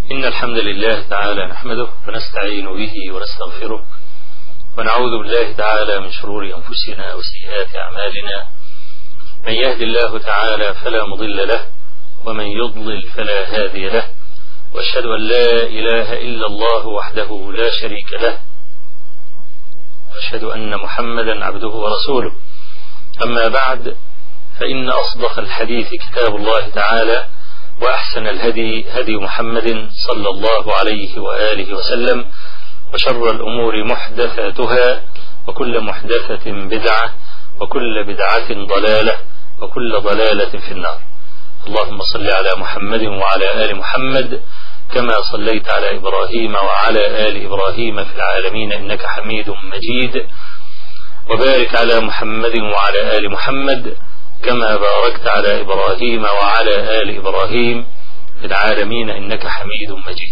إن الحمد لله تعالى نحمده ونستعين به ونستغفره ونعوذ بالله تعالى من شرور أنفسنا وسيئات أعمالنا. من يهد الله تعالى فلا مضل له ومن يضلل فلا هادي له، وأشهد أن لا إله إلا الله وحده لا شريك له، وأشهد أن محمدا عبده ورسوله. أما بعد، فإن أصدق الحديث كتاب الله تعالى، وأحسن الهدي هدي محمد صلى الله عليه وآله وسلم، وشر الأمور محدثاتها، وكل محدثة بدعة، وكل بدعة ضلالة، وكل ضلالة في النار. اللهم صل على محمد وعلى آل محمد كما صليت على إبراهيم وعلى آل إبراهيم في العالمين إنك حميد مجيد، وبارك على محمد وعلى آل محمد كما باركت على إبراهيم وعلى آل إبراهيم في العالمين إنك حميد مجيد.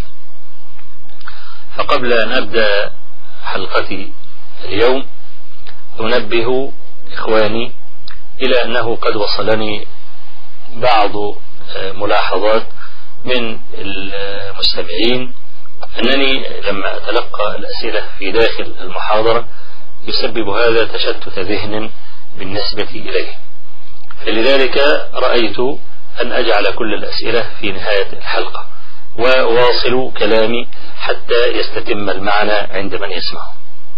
فقبل أن أبدأ حلقتي اليوم أنبه إخواني إلى أنه قد وصلني بعض ملاحظات من المستمعين أنني لما أتلقى الأسئلة في داخل المحاضرة يسبب هذا تشتت ذهن بالنسبة إليه، فلذلك رأيت أن أجعل كل الأسئلة في نهاية الحلقة وواصل كلامي حتى يستتم المعنى عند من يسمعه.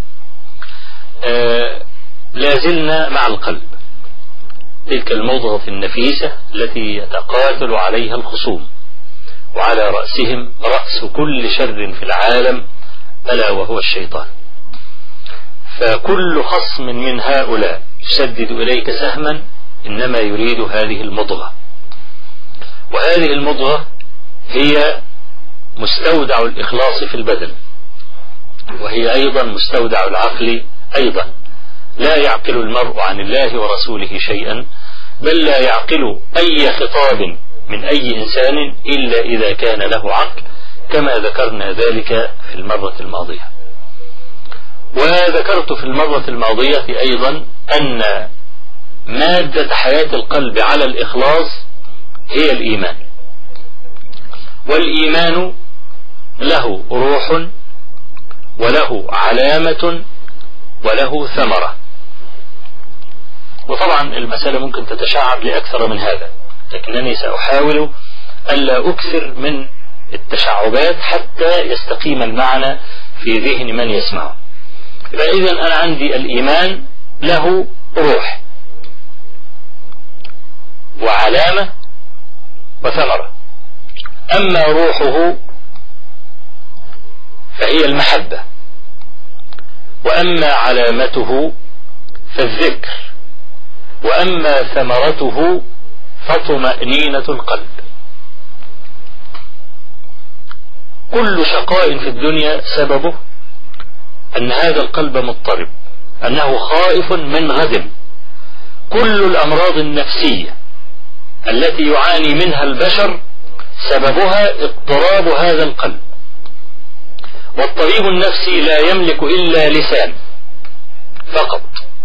لازلنا مع القلب، تلك الموضة النفيسة التي يتقاتل عليها الخصوم، وعلى رأسهم رأس كل شر في العالم ألا وهو الشيطان. فكل خصم من هؤلاء يسدد إليك سهما إنما يريد هذه المضغة، وهذه المضغة هي مستودع الإخلاص في البدن، وهي أيضا مستودع العقل أيضا. لا يعقل المرء عن الله ورسوله شيئا، بل لا يعقل أي خطاب من أي إنسان إلا إذا كان له عقل، كما ذكرنا ذلك في المرة الماضية. وذكرت في المرة الماضية أيضا أن مادة حياة القلب على الإخلاص هي الإيمان، والإيمان له روح وله علامة وله ثمرة. وطبعا المسألة ممكن تتشعب لأكثر من هذا، لكنني سأحاول ألا أكثر من التشعبات حتى يستقيم المعنى في ذهن من يسمعه. إذن أنا عندي الإيمان له روح وعلامة وثمرة. أما روحه فهي المحبة، وأما علامته فالذكر، وأما ثمرته فطمأنينة القلب. كل شقاء في الدنيا سببه أن هذا القلب مضطرب، أنه خائف من غد. كل الأمراض النفسية التي يعاني منها البشر سببها اضطراب هذا القلب. والطبيب النفسي لا يملك إلا لسان فقط،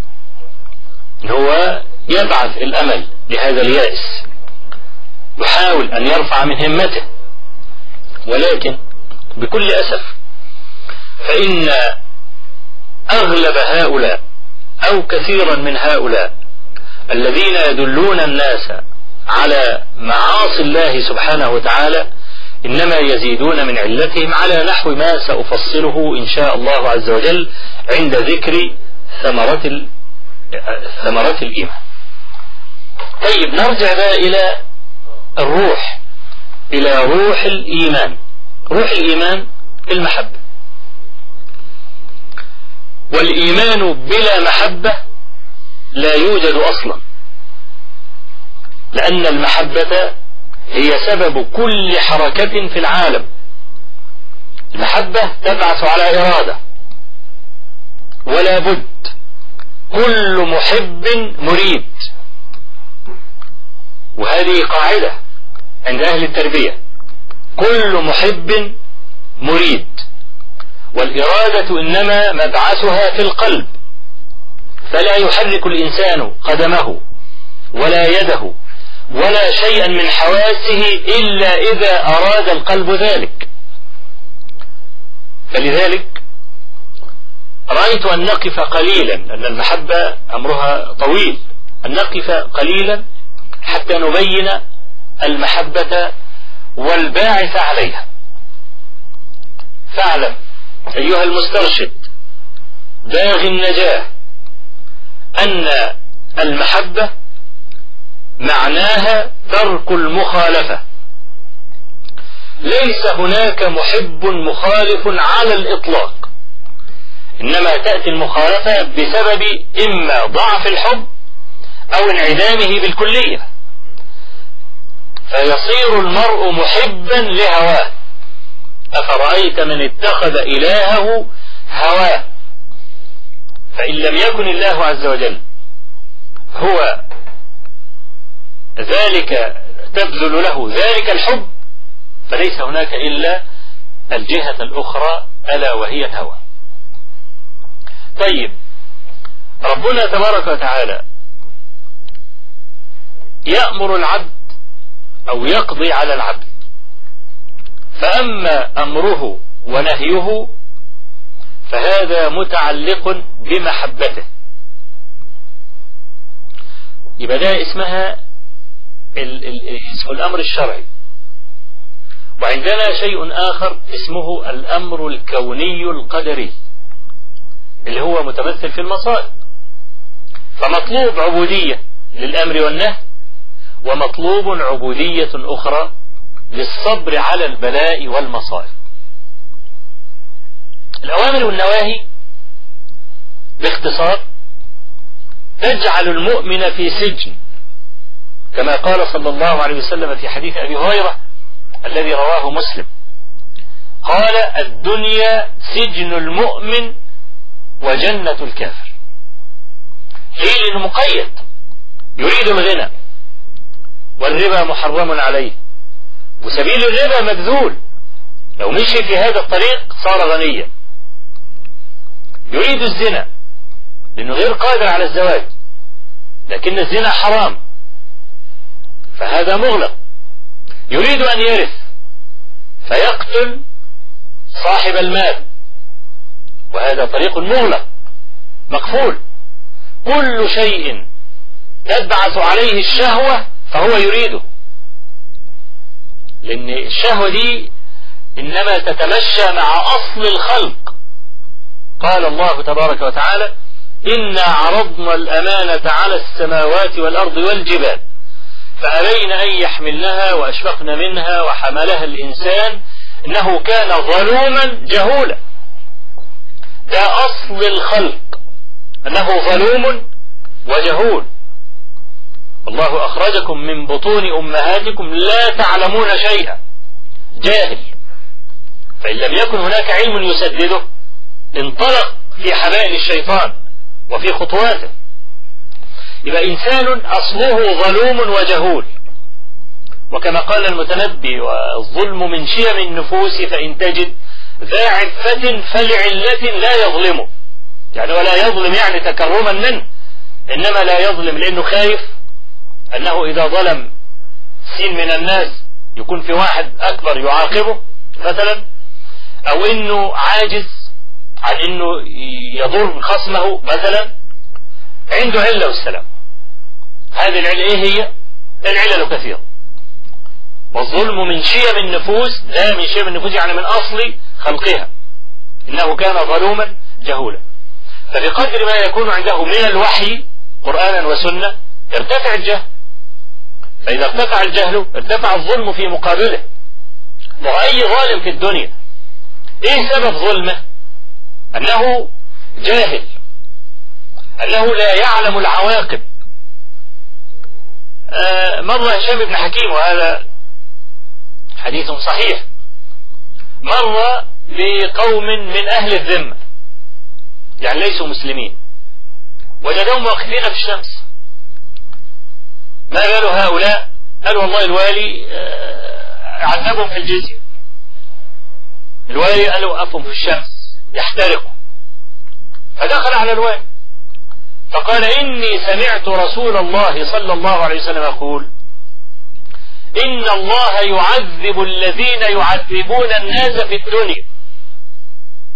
هو يبعث الأمل لهذا اليائس، يحاول أن يرفع من همته، ولكن بكل أسف فإن أغلب هؤلاء أو كثيرا من هؤلاء الذين يدلون الناس على معاصي الله سبحانه وتعالى إنما يزيدون من علتهم على نحو ما سأفصله إن شاء الله عز وجل عند ذكر ثمرة الإيمان. طيب، نرجع بقى إلى الروح، إلى روح الإيمان. روح الإيمان المحبة، والإيمان بلا محبة لا يوجد أصلا، لأن المحبة هي سبب كل حركة في العالم. المحبة تبعث على إرادة، ولا بد كل محب مريد، وهذه قاعدة عند أهل التربية، كل محب مريد. والإرادة إنما مبعثها في القلب، فلا يحرك الإنسان قدمه ولا يده ولا شيئا من حواسه إلا إذا أراد القلب ذلك. فلذلك رأيت أن نقف قليلا، أن المحبة أمرها طويل، أن نقف قليلا حتى نبين المحبة والباعث عليها. فاعلم أيها المسترشد باغي النجاة أن المحبة معناها ترك المخالفة. ليس هناك محب مخالف على الإطلاق، إنما تأتي المخالفة بسبب إما ضعف الحب أو انعدامه بالكلية، فيصير المرء محبا لهواه. أفرأيت من اتخذ إلهه هواه. فإن لم يكن الله عز وجل هو ذلك تبذل له ذلك الحب، فليس هناك إلا الجهة الأخرى ألا وهي الهوى. طيب، ربنا تبارك وتعالى يأمر العبد أو يقضي على العبد، فأما أمره ونهيه فهذا متعلق بمحبته. يبقى ده اسمها اسم الأمر الشرعي. وعندنا شيء آخر اسمه الأمر الكوني القدري اللي هو متمثل في المصائب. فمطلوب عبودية للأمر والنهي، ومطلوب عبودية أخرى للصبر على البلاء والمصائب. الأوامر والنواهي باختصار تجعل المؤمن في سجن، كما قال صلى الله عليه وسلم في حديث أبي هريرة الذي رواه مسلم، قال: الدنيا سجن المؤمن وجنة الكافر. ليه؟ لأنه مقيد، يريد الغنى والربا محرم عليه، وسبيل الربا مبذول، لو مشي في هذا الطريق صار غنيا. يريد الزنا لأنه غير قادر على الزواج، لكن الزنا حرام فهذا مغلق. يريد أن يرث فيقتل صاحب المال، وهذا طريق مغلق مقفول. كل شيء تبعث عليه الشهوة فهو يريده، لأن الشهوة دي إنما تتمشى مع أصل الخلق. قال الله تبارك وتعالى: إنا عرضنا الأمانة على السماوات والأرض والجبال فأبين أن يحملنها وأشفقن منها وحملها الإنسان إنه كان ظلوما جهولا. ده أصل الخلق، أنه ظلوم وجهول. الله أخرجكم من بطون أمهاتكم لا تعلمون شيئا، جاهل. فإن لم يكن هناك علم يسدده انطلق في حبائل الشيطان وفي خطواته. يبقى إنسان أصله ظلوم وجهول. وكما قال المتنبي: والظلم من شيم النفوس فإن تجد ذا عفة فلعلة لا يظلمه. يعني ولا يظلم يعني تكرما منه، إنما لا يظلم لأنه خايف أنه إذا ظلم سين من الناس يكون في واحد أكبر يعاقبه مثلا، أو إنه عاجز عن إنه يضر خصمه مثلا، عنده علة والسلام. هذه العلة إيه هي؟ العلل كثيرة. والظلم من شيم النفوس، لا من شيم النفوس يعني من أصل خلقها، إنه كان ظلوما جهولا. فبقدر ما يكون عنده من الوحي قرآنا وسنة يرتفع الجهل، فإذا ارتفع الجهل ارتفع الظلم في مقابله. وأي ظالم في الدنيا إيه سبب ظلمه؟ أنه جاهل، أنه لا يعلم العواقب. مر هشام بن حكيم، وهذا حديث صحيح، مر بقوم من أهل الذمة يعني ليسوا مسلمين، وجدهم واقفين في الشمس. ما قالوا هؤلاء؟ قالوا والله الوالي عذبهم في الجزية. الوالي قالوا وقفهم في الشمس يحترقوا. فدخل على الوالي فقال: إني سمعت رسول الله صلى الله عليه وسلم يقول: إن الله يعذب الذين يعذبون الناس في الدنيا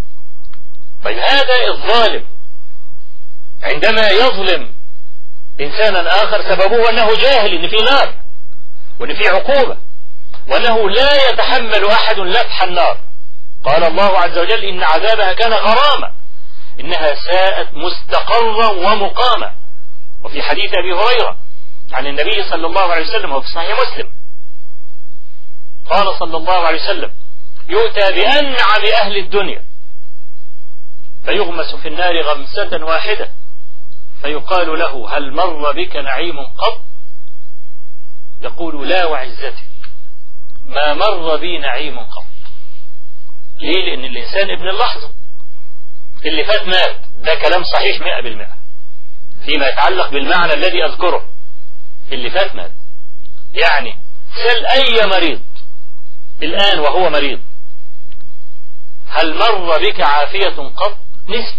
طيب هذا الظالم عندما يظلم إنسانا آخر سببه أنه جاهل إن في نار وأن في عقوبة وأنه لا يتحمل أحد لفح النار. قال الله عز وجل إن عذابها كان غراما إنها ساءت مستقرا ومقاما. وفي حديث أبي هريرة عن النبي صلى الله عليه وسلم وفي صحيح مسلم قال صلى الله عليه وسلم يؤتى بأنعم أهل الدنيا فيغمس في النار غمسة واحدة فيقال له هل مر بك نعيم قط؟ يقول لا وعزتي ما مر بي نعيم قط. ليه؟ لأن الإنسان ابن اللحظة، اللي فات مات، ده كلام صحيح 100% فيما يتعلق بالمعنى الذي أذكره. اللي فات مات، يعني سل أي مريض الآن وهو مريض هل مر بك عافية قط؟ نسي.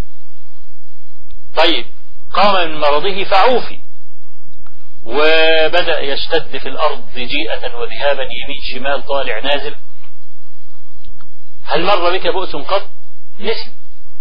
طيب قام من مرضه فعوفي وبدأ يشتد في الأرض جيئة وذهابا يمين شمال طالع نازل، هل مر بك بؤس قط؟ نسي.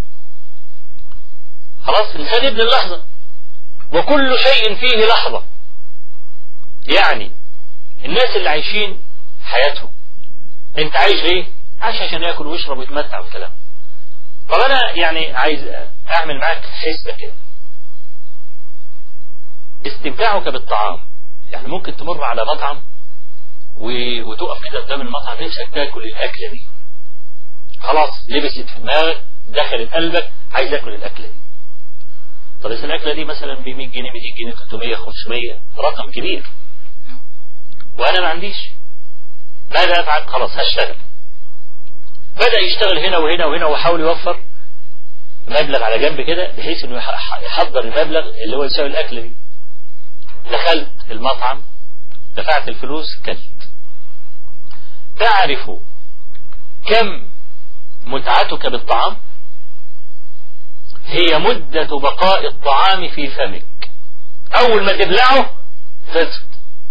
خلاص إنسان ابن اللحظة وكل شيء فيه لحظة. يعني الناس اللي عايشين حياتهم، انت عايش ليه؟ عايش عشان ياكل ويشرب ويتمتع والكلام. طب انا يعني عايز اعمل معاك حسبة كده. استمتاعك بالطعام، يعني ممكن تمر على مطعم وتقف كده قدام المطعم نفسك تاكل الاكله دي، خلاص لبست في دماغك دخلت قلبك عايز اكل الاكله دي. طب بس الاكله دي مثلا ب 100 جنيه 200 جنيه 300 500 رقم كبير وانا ما عنديش، ماذا افعل؟ خلاص هشتغل. بدأ يشتغل هنا وهنا وهنا وحاول يوفر مبلغ على جنب كده بحيث انه يحضر المبلغ اللي هو يساوي الاكله دي. دخلت المطعم دفعت الفلوس كلت. تعرف كم متعتك بالطعام؟ هي مدة بقاء الطعام في فمك، اول ما تبلعه خلصت.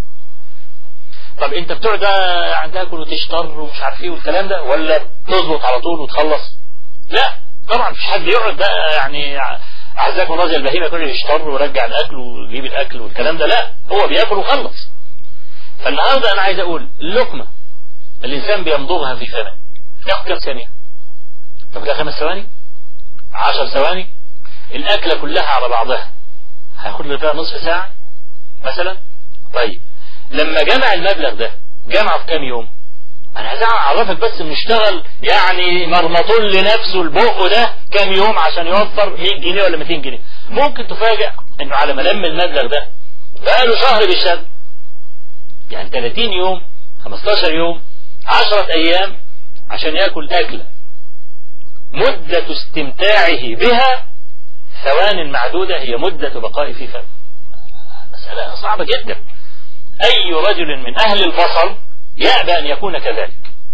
طب انت بتقعد تاكل وتشطر ومش عارف ايه والكلام ده، ولا تظبط على طول وتخلص؟ لا طبعا مش حد يقعد بقى يعني اعزكم الله زي البهيمه كله يشطر ويرجع الاكل ويجيب الاكل والكلام ده، لا هو بياكل وخلص. فالنهارده انا عايز اقول اللقمه الانسان بيمضغها في فمه تاخد كام ثانيه؟ طب ده 5 ثواني 10 ثواني. الاكله كلها على بعضها هياخد له فيها نصف ساعه مثلا. طيب لما جمع المبلغ ده جمعه في كام يوم؟ انا عايز اعرفك بس انه اشتغل يعني مرمطون لنفسه البق ده كام يوم عشان يوفر 100 جنيه ولا 200 جنيه. ممكن تفاجأ انه على ما لم المبلغ ده بقى له شهر بالشهر، يعني 30 يوم 15 يوم 10 ايام عشان ياكل اكله مدة استمتاعه بها ثوان معدودة هي مدة بقائه في فم. مسألة صعبة جدا. أي رجل من أهل البصر يأبى أن يكون كذلك.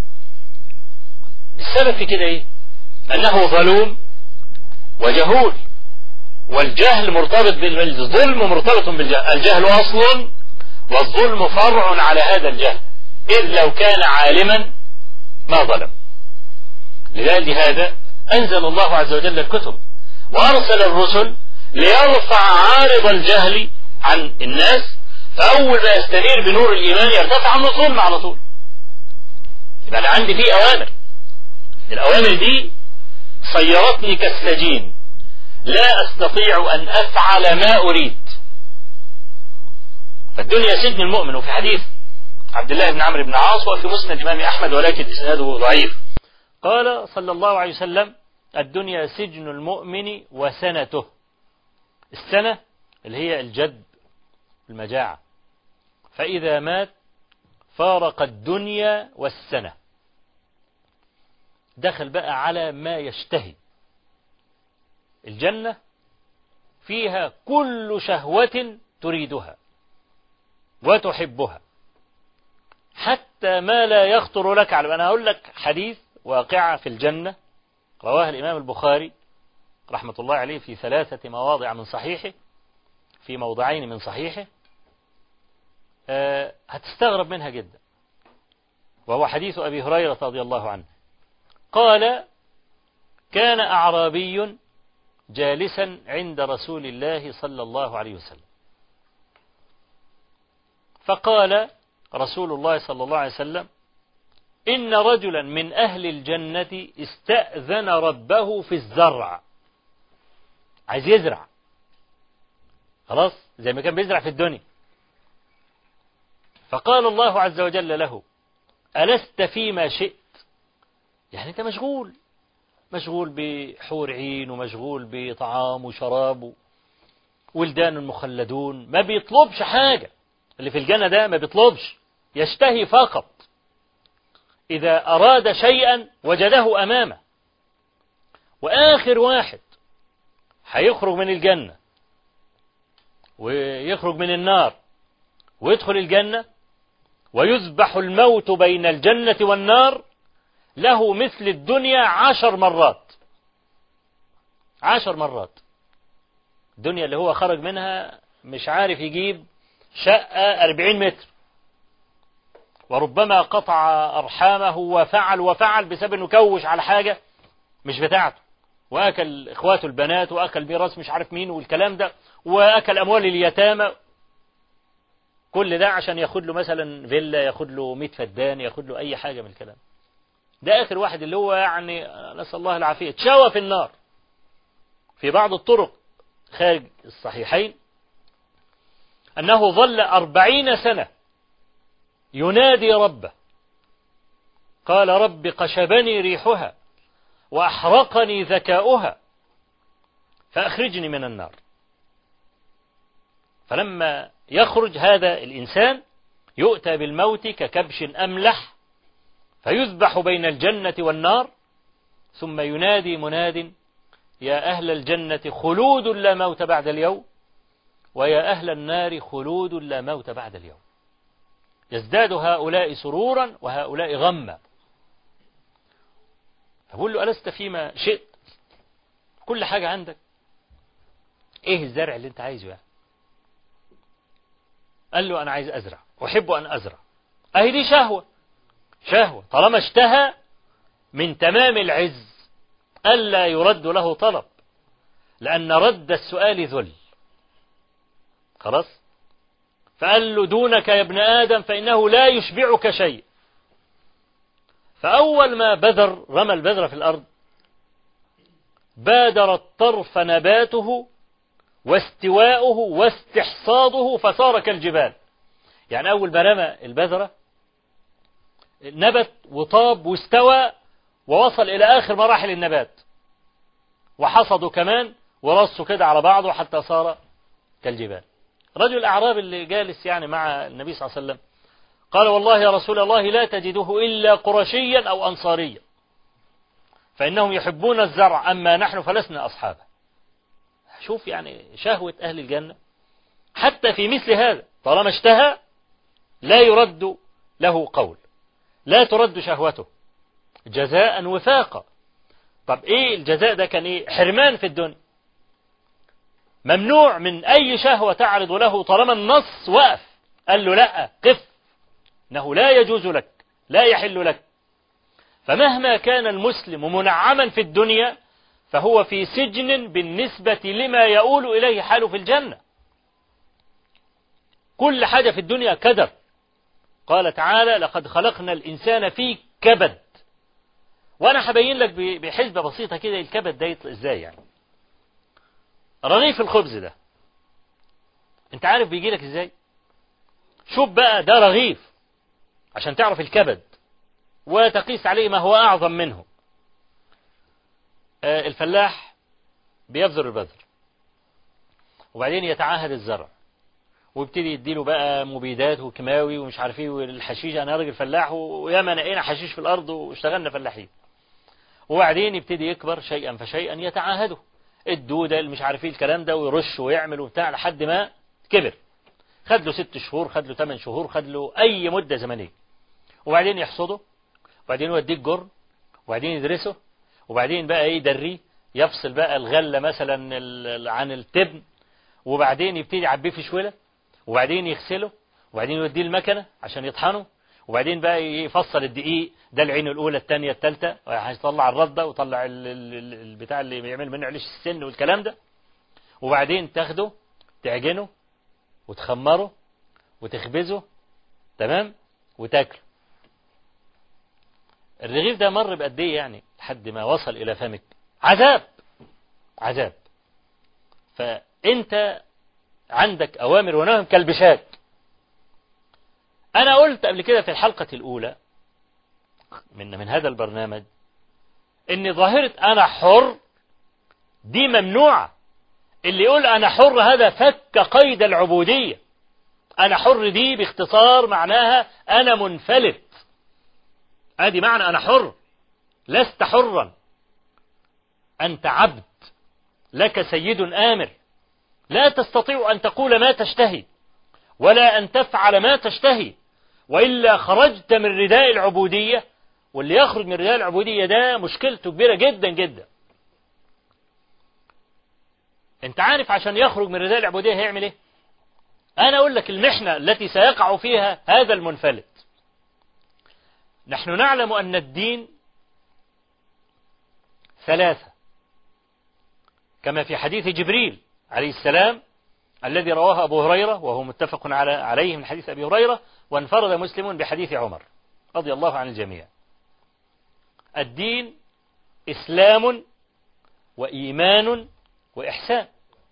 السبب في كده إيه؟ أنه ظلوم وجهول، والجهل مرتبط بالظلم مرتبط بالجهل. الجهل أصل والظلم فرع على هذا الجهل، إذ لو كان عالما ما ظلم. لهذا أنزل الله عز وجل الكتب وأرسل الرسل ليرفع عارض الجهل عن الناس، فأول ما يستنير بنور الإيمان يرتفع عنه الظلم على طول. يبقى أنا عندي فيه أوامر، الأوامر دي صيرتني كالسجين لا أستطيع أن أفعل ما أريد. فالدنيا سجن المؤمن. وفي حديث عبد الله بن عمرو بن عاص وفي مسند الإمام أحمد ولكن إسناده ضعيف قال صلى الله عليه وسلم الدنيا سجن المؤمن وسنته. السنة اللي هي الجد المجاعة، فإذا مات فارق الدنيا والسنة، دخل بقى على ما يشتهي. الجنة فيها كل شهوة تريدها وتحبها حتى ما لا يخطر لك على. أنا أقول لك حديث واقعة في الجنة رواه الإمام البخاري رحمة الله عليه في 3 مواضع من صحيحه، في موضعين من صحيحه، هتستغرب منها جدا، وهو حديث أبي هريرة رضي الله عنه. قال كان أعرابي جالسا عند رسول الله صلى الله عليه وسلم، فقال رسول الله صلى الله عليه وسلم: إن رجلا من أهل الجنة استأذن ربه في الزرع، عايز يزرع خلاص زي ما كان بيزرع في الدنيا. فقال الله عز وجل له: ألست فيما شئت؟ يعني أنت مشغول بحور عين، ومشغول بطعام وشراب ولدان مخلدون، ما بيطلبش حاجة. اللي في الجنة ده ما بيطلبش، يشتهي فقط. إذا أراد شيئا وجده أمامه. وآخر واحد هيخرج من الجنة ويخرج من النار ويدخل الجنة ويذبح الموت بين الجنة والنار، له مثل الدنيا 10 مرات. 10 مرات. الدنيا اللي هو خرج منها مش عارف يجيب شقة 40 متر، وربما قطع أرحامه وفعل بسبب أنه كوش على حاجة مش بتاعته، وأكل إخواته البنات، وأكل ميراث مش عارف مين والكلام ده، وأكل أموال اليتامى. كل ده عشان ياخد له مثلا فيلا، ياخد له 100 فدان، ياخد له أي حاجة من الكلام ده. آخر واحد اللي هو يعني نسأل الله العافية تشوى في النار. في بعض الطرق خارج الصحيحين أنه ظل 40 سنة ينادي ربه، قال: رب قشبني ريحها وأحرقني ذكاؤها فأخرجني من النار. فلما يخرج هذا الإنسان يؤتى بالموت ككبش أملح، فيذبح بين الجنة والنار، ثم ينادي مناد: يا أهل الجنة خلود لا موت بعد اليوم، ويا أهل النار خلود لا موت بعد اليوم. يزداد هؤلاء سرورا وهؤلاء غما. فقول له: ألست فيما شئت؟ كل حاجة عندك، إيه الزرع اللي أنت عايزه يعني؟ قال له: أنا عايز أزرع، أحب أن أزرع. أهي دي شهوة طالما اشتهى من تمام العز ألا يرد له طلب، لأن رد السؤال ذل. خلاص. فقال له: دونك يا ابن آدم فإنه لا يشبعك شيء. فأول ما رمى البذرة في الأرض، بادر الطرف نباته واستواؤه واستحصاده فصار كالجبال. يعني أول ما رمى البذرة نبت وطاب واستوى ووصل إلى آخر مراحل النبات، وحصدوا كمان ورصوا كده على بعضه حتى صار كالجبال. رجل الأعراب اللي جالس يعني مع النبي صلى الله عليه وسلم قال: والله يا رسول الله لا تجده إلا قرشيا أو أنصاريا، فإنهم يحبون الزرع، أما نحن فلسنا أصحابه. شوف يعني شهوة أهل الجنة حتى في مثل هذا، طالما اشتهى لا يرد له قول، لا ترد شهوته، جزاء وفاقا. طب إيه الجزاء ده؟ كان إيه؟ حرمان في الدنيا، ممنوع من أي شهوة تعرض له طالما النص وقف قال له: لا، قف، إنه لا يجوز لك، لا يحل لك. فمهما كان المسلم منعما في الدنيا فهو في سجن بالنسبة لما يؤول إليه حاله في الجنة. كل حاجة في الدنيا كدر. قال تعالى: لقد خلقنا الإنسان في كبد. وأنا هبين لك بحسبة بسيطة كده الكبد ده يطلع إزاي. يعني رغيف الخبز ده أنت عارف بيجي لك إزاي؟ شوف بقى، ده رغيف عشان تعرف الكبد وتقيس عليه ما هو أعظم منه. الفلاح بيبذر البذر وبعدين يتعاهد الزرع ويبتدي يديله بقى مبيدات وكيماوي ومش عارف ايه والحشيش. انا راجل فلاح وياما نقينا حشيش في الارض واشتغلنا فلاحين. وبعدين يبتدي يكبر شيئا فشيئا، يتعاهده الدودة اللي مش عارف ايه الكلام ده، ويرش ويعمل وبتاع لحد ما كبر. خد له 6 شهور، خد له 8 شهور، خد له اي مدة زمنية. وبعدين يحصده، وبعدين يوديه الجرن، وبعدين يدرسه، وبعدين بقى ايه يدريه، يفصل بقى الغلة مثلا عن التبن، وبعدين يبتدي يعبيه في شويلة، وبعدين يغسله، وبعدين يوديه المكنة عشان يطحنه، وبعدين بقى يفصل الدقيق، ده العين الأولى الثانية الثالثة، هيطلع الردة وطلع البتاع اللي بيعمل منه عليش السن والكلام ده. وبعدين تاخده تعجنه وتخمره وتخبزه، تمام، وتاكله. الرغيف ده مر بقد ايه يعني لحد ما وصل إلى فمك؟ عذاب عذاب. فأنت عندك أوامر ونهي كالبشاك. أنا قلت قبل كده في الحلقة الأولى من هذا البرنامج إن ظاهرة أنا حر دي ممنوعة. اللي يقول أنا حر هذا فك قيد العبودية. أنا حر دي باختصار معناها أنا منفلت. أدي معنى أنا حر. لست حرا، أنت عبد، لك سيد آمر، لا تستطيع أن تقول ما تشتهي ولا أن تفعل ما تشتهي، وإلا خرجت من رداء العبودية. واللي يخرج من رداء العبودية ده مشكلته كبيرة جدا جدا. انت عارف عشان يخرج من رداء العبودية هيعمل ايه؟ انا اقول لك المحنة التي سيقع فيها هذا المنفلت. نحن نعلم ان الدين ثلاثة، كما في حديث جبريل عليه السلام الذي رواه أبو هريرة وهو متفق عليه من حديث أبي هريرة، وانفرد مسلم بحديث عمر رضي الله عن الجميع. الدين إسلام وإيمان وإحسان.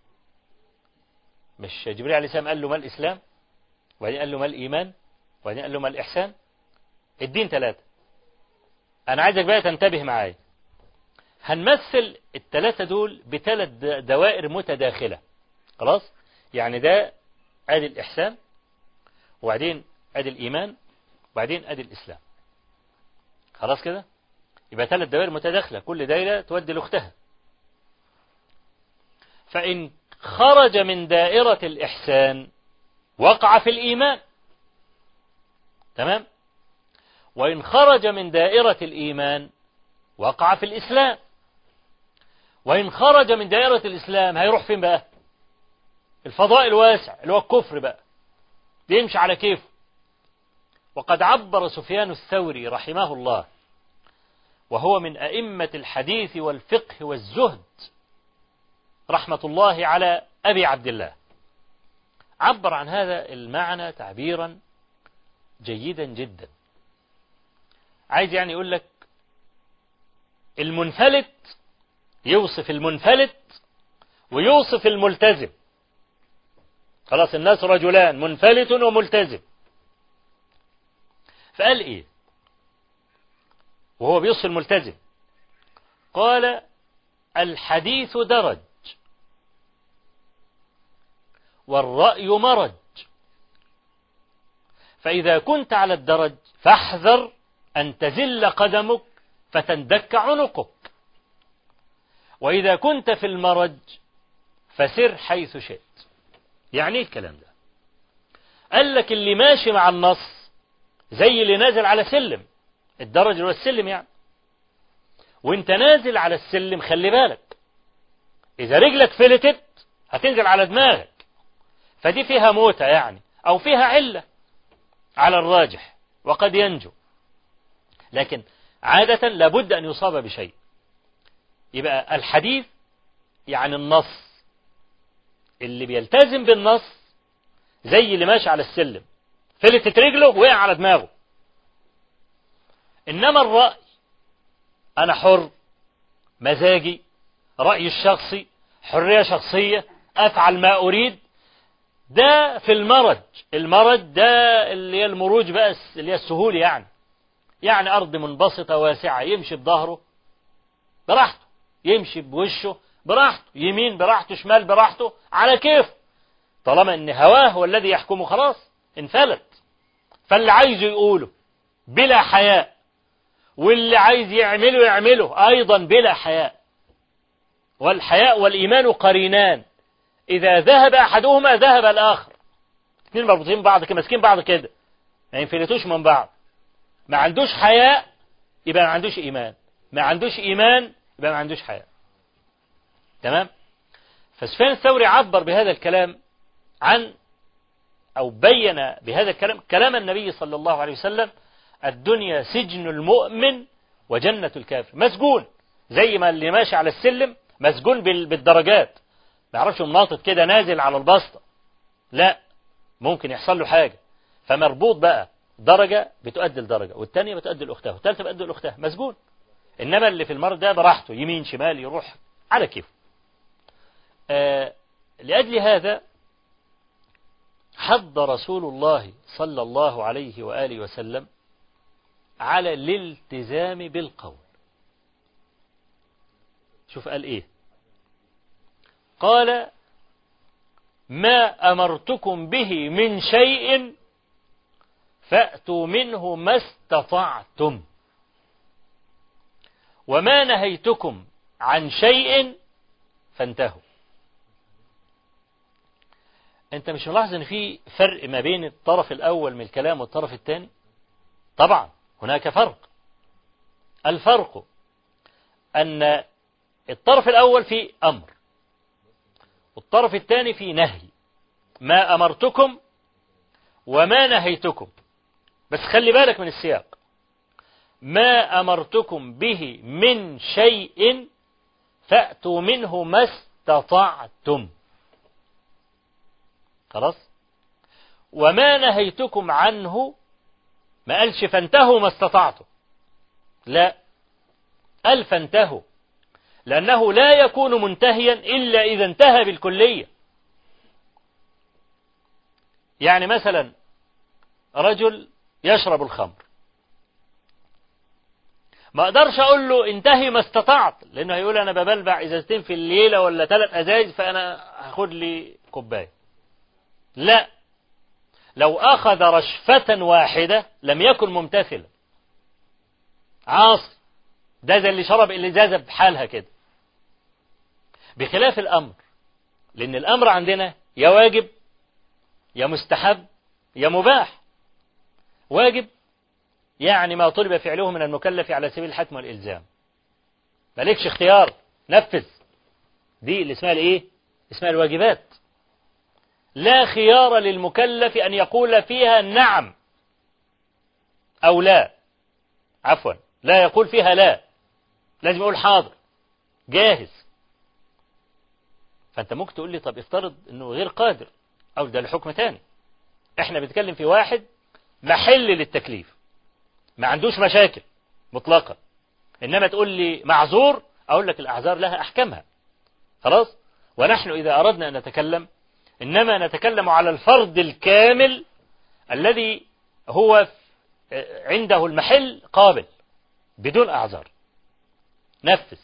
مش جبريل عليه السلام قال له ما الإسلام، وبعدين قال له ما الإيمان، وبعدين قال له ما الإحسان؟ الدين ثلاثة. أنا عايزك بقى تنتبه معايا. هنمثل الثلاثة دول بثلاث دوائر متداخلة. خلاص؟ يعني ده ادي الإحسان، وبعدين ادي الإيمان، وبعدين ادي الإسلام. خلاص كده؟ يبقى ثلاث دوائر متداخلة، كل دايرة تودي لأختها. فإن خرج من دائرة الإحسان وقع في الإيمان، تمام؟ وإن خرج من دائرة الإيمان وقع في الإسلام. وإن خرج من دائرة الإسلام هيروح فين بقى؟ الفضاء الواسع اللي هو الكفر بقى، بيمشي على كيفه. وقد عبر سفيان الثوري رحمه الله، وهو من أئمة الحديث والفقه والزهد رحمة الله على أبي عبد الله، عبر عن هذا المعنى تعبيرا جيدا جدا. عايز يعني يقول لك المنفلت يوصف المنفلت ويوصف الملتزم. خلاص، الناس رجلان، منفلت وملتزم. فقال ايه وهو بيوصف الملتزم؟ قال الحديث درج والرأي مرج، فإذا كنت على الدرج فاحذر أن تزل قدمك فتندك عنقك، وإذا كنت في المرج فسر حيث شئت. يعني ايه الكلام ده؟ قال لك اللي ماشي مع النص زي اللي نازل على سلم، الدرج هو السلم يعني، وانت نازل على السلم خلي بالك، إذا رجلك فلتت هتنزل على دماغك، فدي فيها موتة يعني، أو فيها علة على الراجح، وقد ينجو، لكن عادة لابد أن يصاب بشيء. يبقى الحديث يعني النص، اللي بيلتزم بالنص زي اللي ماشي على السلم، فلتت رجله وقع على دماغه. إنما الرأي أنا حر، مزاجي، رأيي الشخصي، حرية شخصية، أفعل ما أريد، ده في المرج. المرج ده اللي هي المروج بقى، اللي هي السهول يعني أرض منبسطة واسعة، يمشي بظهره براحته، يمشي بوشه براحته، يمين براحته، شمال براحته، على كيف، طالما ان هواه هو الذي يحكمه خلاص انفلت. فاللي عايزه يقوله بلا حياء، واللي عايز يعمله أيضا بلا حياء. والحياء والإيمان قرينان، إذا ذهب أحدهما ذهب الآخر. اثنين مربوطين بعض كده، ماسكين بعض كده، ما ينفلتوش من بعض. ما عندوش حياء يبقى ما عندوش إيمان، ما عندوش إيمان يبقى ما عندوش حياء. تمام؟ فسفيان الثوري عبر بهذا الكلام عن، أو بين بهذا الكلام كلام النبي صلى الله عليه وسلم الدنيا سجن المؤمن وجنة الكافر، مسجون زي ما اللي ماشي على السلم مسجون بالدرجات، ما يعرفش مناطط كده نازل على البسطة، لا، ممكن يحصل له حاجة، فمربوط بقى درجة بتؤدي لدرجة، والتانية بتؤدي لأختها، والتالتة بتؤدي لأختها، مسجون. إنما اللي في المرض ده براحته، يمين شمال يروح على كيفه. لأجل هذا حض رسول الله صلى الله عليه وآله وسلم على الالتزام بالقول. شوف قال إيه؟ قال: ما أمرتكم به من شيء فأتوا منه ما استطعتم، وما نهيتكم عن شيء فانتهوا. انت مش ملاحظ ان في فرق ما بين الطرف الاول من الكلام والطرف الثاني؟ طبعا هناك فرق. الفرق ان الطرف الاول فيه امر، والطرف الثاني فيه نهي. ما امرتكم وما نهيتكم، بس خلي بالك من السياق. ما امرتكم به من شيء فأتوا منه ما استطعتم، خلاص. وما نهيتكم عنه، ما قالش فانتهوا ما استطعتم، لا، قال فانتهوا، لأنه لا يكون منتهيا إلا إذا انتهى بالكلية. يعني مثلا رجل يشرب الخمر، ما اقدرش اقول له انتهي ما استطعت، لانه هيقول انا ببلبع ازازتين في الليله ولا 3 ازايز فانا هاخد لي كوبايه. لا، لو اخذ رشفه واحده لم يكن ممتثلا، عاصي، ده زي اللي شرب الازازه بحالها كده. بخلاف الامر، لان الامر عندنا يا واجب يا مستحب يا مباح. واجب يعني ما طلب فعله من المكلف على سبيل الحتم والإلزام، مالكش اختيار، نفذ. دي اللي اسمها الايه؟ اسمها الواجبات. لا خيار للمكلف أن يقول فيها نعم أو لا، عفوا، لا يقول فيها لا، لازم يقول حاضر جاهز. فأنت ممكن تقول لي طب افترض أنه غير قادر، أو ده الحكم تاني. احنا بنتكلم في واحد محل للتكليف، ما عندوش مشاكل مطلقا، إنما تقول لي معذور، أقول لك الأعذار لها أحكامها، خلاص. ونحن إذا أردنا أن نتكلم إنما نتكلم على الفرد الكامل الذي هو عنده المحل قابل بدون أعذار. نفذ.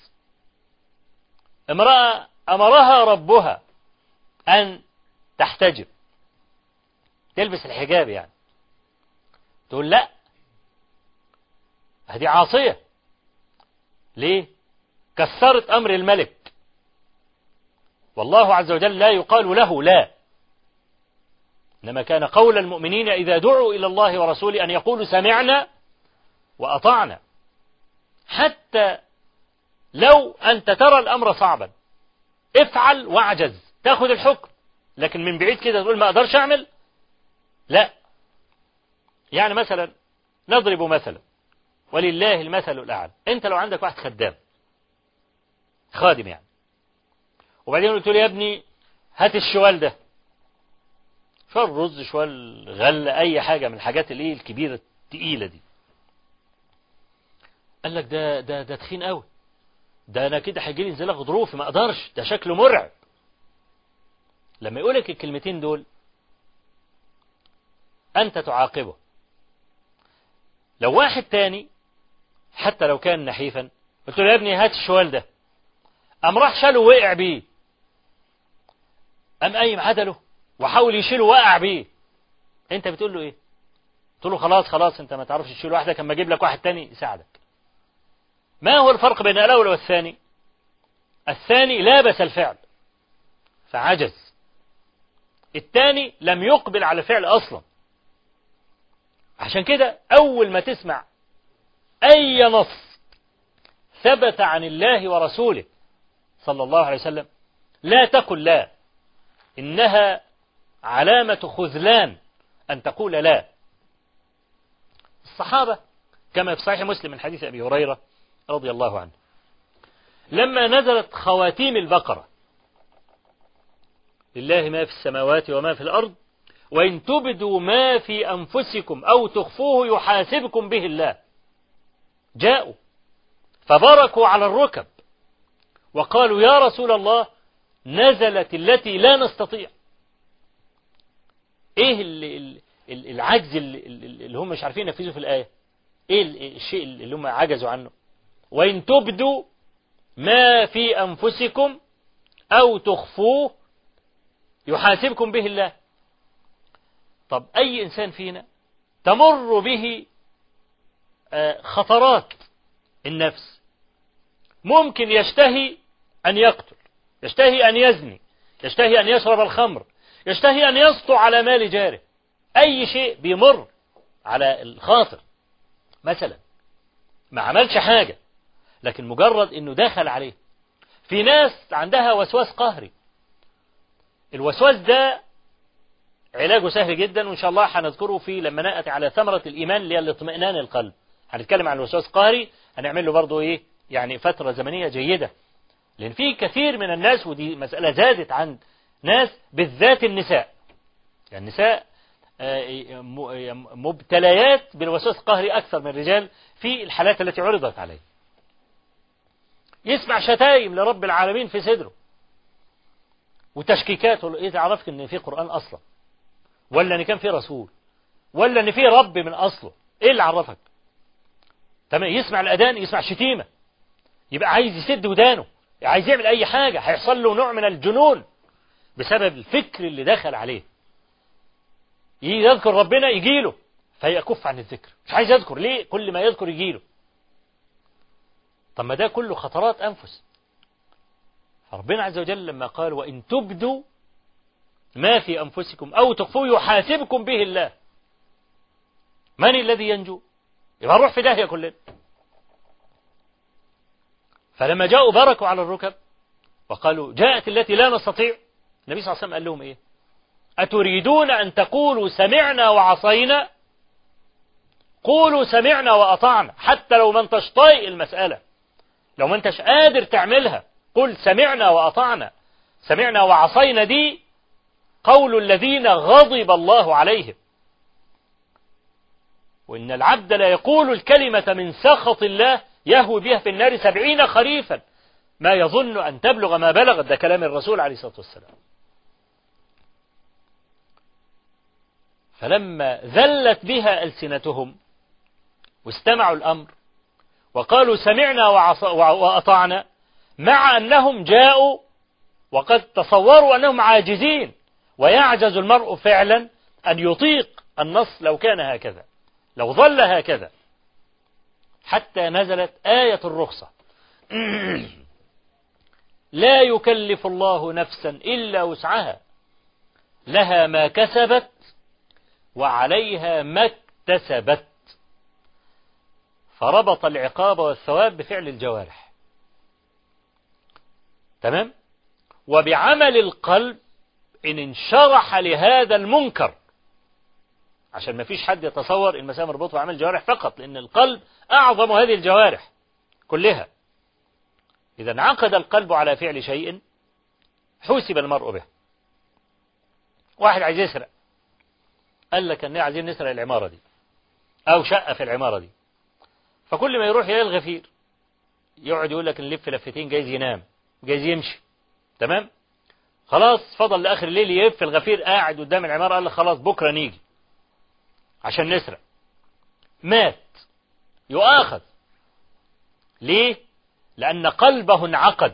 امرأة أمرها ربها أن تحتجب، تلبس الحجاب يعني، تقول لا، هذه عاصية. ليه؟ كسرت أمر الملك، والله عز وجل لا يقال له لا، إنما كان قول المؤمنين إذا دعوا إلى الله ورسوله أن يقولوا سمعنا وأطعنا. حتى لو أنت ترى الأمر صعبا افعل واعجز، تأخذ الحكم، لكن من بعيد كده تقول ما أقدرش أعمل، لا. يعني مثلا نضرب مثلا ولله المثل الأعلى، أنت لو عندك واحد خدام، خادم يعني، وبعدين قلت له يا ابني هات الشوال ده، شوال رز، شوال غلة، أي حاجة من الحاجات اللي الكبيرة التقيلة دي. قال لك ده تخين قوي، ده أنا كده هيجي لي انزلاق غضروفي، ما أقدرش، ده شكله مرعب. لما يقول لك الكلمتين دول أنت تعاقبه. لو واحد تاني حتى لو كان نحيفا قلت له يا ابني هات الشوال ده، قام راح شاله وقع بيه، قام قايم عدله وحاول يشيله وقع بيه، انت بتقول له ايه؟ تقول له خلاص انت ما تعرفش تشيله وحدك، اما اجيب لك واحد تاني يساعدك. ما هو الفرق بين الاول والثاني؟ الثاني لابس الفعل فعجز، الثاني لم يقبل على الفعل اصلا. عشان كده اول ما تسمع اي نص ثبت عن الله ورسوله صلى الله عليه وسلم لا تقل لا، إنها علامة خذلان أن تقول لا. الصحابة كما في صحيح مسلم من حديث أبي هريرة رضي الله عنه لما نزلت خواتيم البقرة لله ما في السماوات وما في الأرض وإن تبدوا ما في أنفسكم أو تخفوه يحاسبكم به الله، جاءوا فبركوا على الركب وقالوا يا رسول الله نزلت التي لا نستطيع. ايه العجز اللي هم مش عارفين ينفذوا في الآية؟ ايه الشيء اللي هم عجزوا عنه؟ وإن تبدوا ما في أنفسكم أو تخفوه يحاسبكم به الله. طب أي إنسان فينا تمر به خطرات النفس، ممكن يشتهي أن يقتل، يشتهي أن يزني، يشتهي أن يشرب الخمر، يشتهي أن يسطو على مال جاره، أي شيء بيمر على الخاطر مثلا ما عملش حاجة لكن مجرد أنه دخل عليه. في ناس عندها وسواس قهري، الوسواس ده علاجه سهل جدا وإن شاء الله هنذكره فيه لما نأتي على ثمرة الإيمان اللي هي الاطمئنان القلب. هنتكلم عن الوسواس القهري، هنعمل له برضه إيه يعني فترة زمنية جيدة، لأن في كثير من الناس ودي مسألة زادت عند ناس بالذات النساء، يعني النساء مبتليات بالوسواس القهري أكثر من الرجال في الحالات التي عرضت عليه. يسمع شتايم لرب العالمين في صدره وتشكيكات، إذا عرفت إن في قرآن أصلا ولا إن كان في رسول ولا إن في رب من أصله، إيه اللي عرفك؟ تمام، يسمع الأذان يسمع شتيمة يبقى عايز يسد ودانه، عايز يعمل أي حاجة، هيحصل له نوع من الجنون بسبب الفكر اللي دخل عليه. يذكر ربنا يجيله فيكف عن الذكر، مش عايز يذكر، ليه؟ كل ما يذكر يجيله. طب ما ده كله خطرات أنفس. فربنا عز وجل لما قال وإن تبدوا ما في أنفسكم أو تخفوه يحاسبكم به الله، من الذي ينجو؟ يبقى نروح في داهية كلنا. فلما جاءوا بركوا على الركب وقالوا جاءت التي لا نستطيع، النبي صلى الله عليه وسلم قال لهم إيه؟ أتريدون أن تقولوا سمعنا وعصينا؟ قولوا سمعنا وأطعنا، حتى لو ما انتش طايق المسألة، لو ما انتش قادر تعملها قل سمعنا وأطعنا. سمعنا وعصينا دي قول الذين غضب الله عليهم، وإن العبد لا يقول الكلمة من سخط الله يهوي بها في النار 70 خريفا ما يظن أن تبلغ ما بلغت، ده كلام الرسول عليه الصلاة والسلام. فلما ذلت بها ألسنتهم واستمعوا الأمر وقالوا سمعنا وأطعنا، مع أنهم جاءوا وقد تصوروا أنهم عاجزين، ويعجز المرء فعلا أن يطيق النص لو كان هكذا، لو ظل هكذا، حتى نزلت آية الرخصة لا يكلف الله نفسا إلا وسعها لها ما كسبت وعليها ما اكتسبت. فربط العقاب والثواب بفعل الجوارح، تمام، وبعمل القلب إن انشرح لهذا المنكر، عشان ما فيش حد يتصور المسألة مربوطة بعمل الجوارح فقط، لأن القلب أعظم هذه الجوارح كلها. إذا انعقد القلب على فعل شيء حوسب المرء به. واحد عايز يسرق، قال لك أننا عايزين نسرق العمارة دي أو شقة في العمارة دي، فكل ما يروح يلاقي الغفير يقعد يقول لك نلف لفتين، جايز ينام جايز يمشي، تمام، خلاص فضل لآخر الليل يلف، الغفير قاعد قدام العمارة قال لك خلاص بكرة نيجي عشان نسرق، مات، يؤاخذ. ليه؟ لأن قلبه انعقد،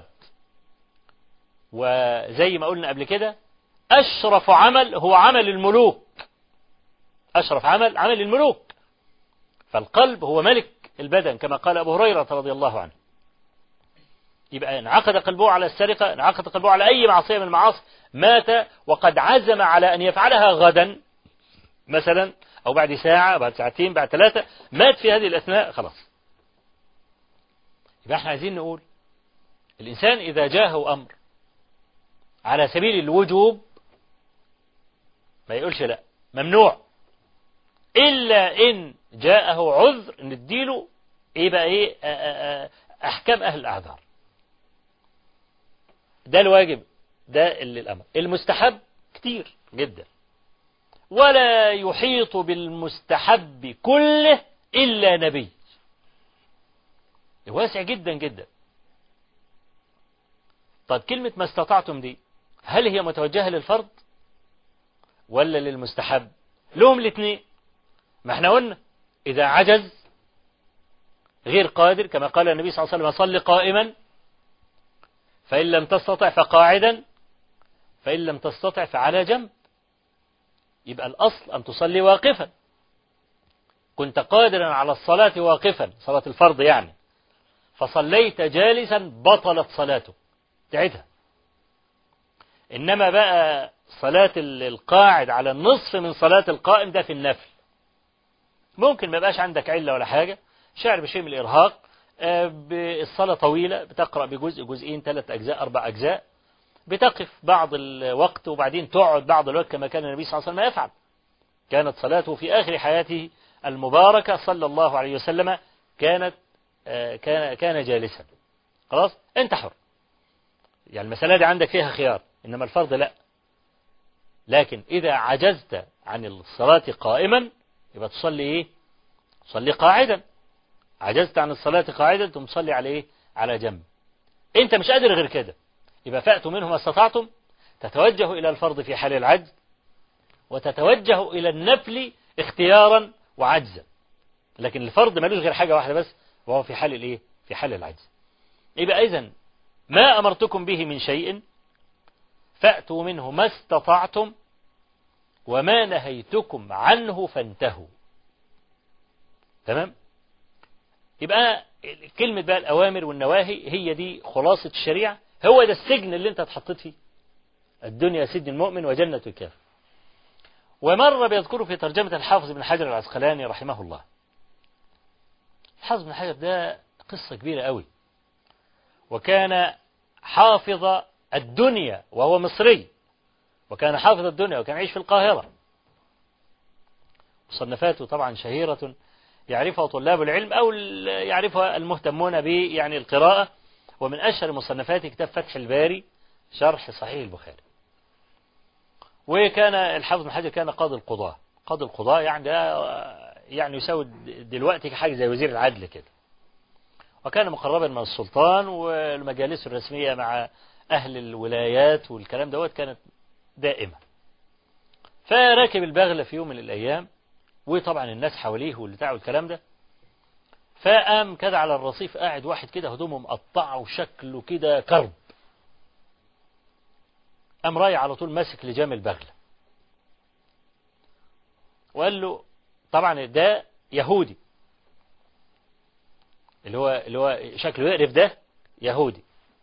وزي ما قلنا قبل كده أشرف عمل هو عمل الملوك، أشرف عمل عمل الملوك، فالقلب هو ملك البدن كما قال أبو هريرة رضي الله عنه. يبقى انعقد قلبه على السرقة، انعقد قلبه على أي معصية من المعاصي، مات وقد عزم على أن يفعلها غدا مثلا أو بعد ساعة بعد ساعتين بعد 3، مات في هذه الأثناء، خلاص. يبقى احنا عايزين نقول الإنسان إذا جاءه أمر على سبيل الوجوب ما يقولش لا، ممنوع، إلا إن جاءه عذر نديله إيه بقى إيه أحكام أهل الأعذار. ده الواجب، ده اللي الأمر. المستحب كتير جدا، ولا يحيط بالمستحب كله إلا نبي، واسع جدا جدا. طيب كلمة ما استطعتم دي هل هي متوجهة للفرض ولا للمستحب؟ لهم الاثنين. ما احنا قلنا إذا عجز غير قادر كما قال النبي صلى الله عليه وسلم صل قائما، فإن لم تستطع فقاعدا، فإن لم تستطع فعلى جنب. يبقى الأصل أن تصلي واقفا. كنت قادرا على الصلاة واقفا، صلاة الفرض يعني، فصليت جالسا بطلت صلاته، تعيدها. إنما بقى صلاة القاعد على النصف من صلاة القائم ده في النفل. ممكن ما يبقاش عندك علة ولا حاجة، شعر بشيء من الإرهاق، بالصلاة طويلة، بتقرأ بجزء جزئين 3 أجزاء 4 أجزاء، بتقف بعض الوقت وبعدين تقعد بعض الوقت كما كان النبي صلى الله عليه وسلم يفعل. كانت صلاته في آخر حياته المباركة صلى الله عليه وسلم كان جالسا. خلاص أنت حر، يعني المسألة دي عندك فيها خيار، إنما الفرض لا. لكن إذا عجزت عن الصلاة قائما يبقى تصلي إيه؟ تصلي قاعدا. عجزت عن الصلاة قاعدا تصلي على إيه؟ على جنب. أنت مش قادر غير كده، يبقى فأتوا منه ما استطعتم، تتوجه إلى الفرض في حال العجز، وتتوجه إلى النفل اختيارا وعجزا. لكن الفرض ملوش غير حاجة واحدة بس، وهو في حال الإيه؟ في حال العجز. يبقى إذن ما أمرتكم به من شيء فأتوا منه ما استطعتم، وما نهيتكم عنه فانتهوا. تمام؟ يبقى كلمة بقى الأوامر والنواهي هي دي خلاصة الشريعة، هو ده السجن اللي انت اتحطيت فيه. الدنيا سجن المؤمن وجنة الكافر. ومرة بيذكره في ترجمة الحافظ بن حجر العسقلاني رحمه الله. الحافظ بن حجر ده قصة كبيرة قوي، وكان حافظ الدنيا وهو مصري، وكان حافظ الدنيا وكان يعيش في القاهرة. مصنفاته طبعا شهيرة يعرفها طلاب العلم أو يعرفها المهتمون ب يعني القراءة. ومن أشهر مصنفاته كتاب فتح الباري شرح صحيح البخاري. وكان الحافظ بن حجر كان قاضي القضاة. قاضي القضاة يعني يساوي دلوقتي حاجة زي وزير العدل كده. وكان مقربا من السلطان، والمجالس الرسمية مع أهل الولايات والكلام دوت كانت دائمة. فركب البغلة في يوم من الأيام، وطبعا الناس حواليه واللي تعوا الكلام ده، فقام كده على الرصيف قاعد واحد كده هدومه مقطعه وشكله كده كرب. قام رايح على طول ماسك لجام البغلة وقال له، طبعا ده يهودي، اللي هو شكله يقرف ده يهودي،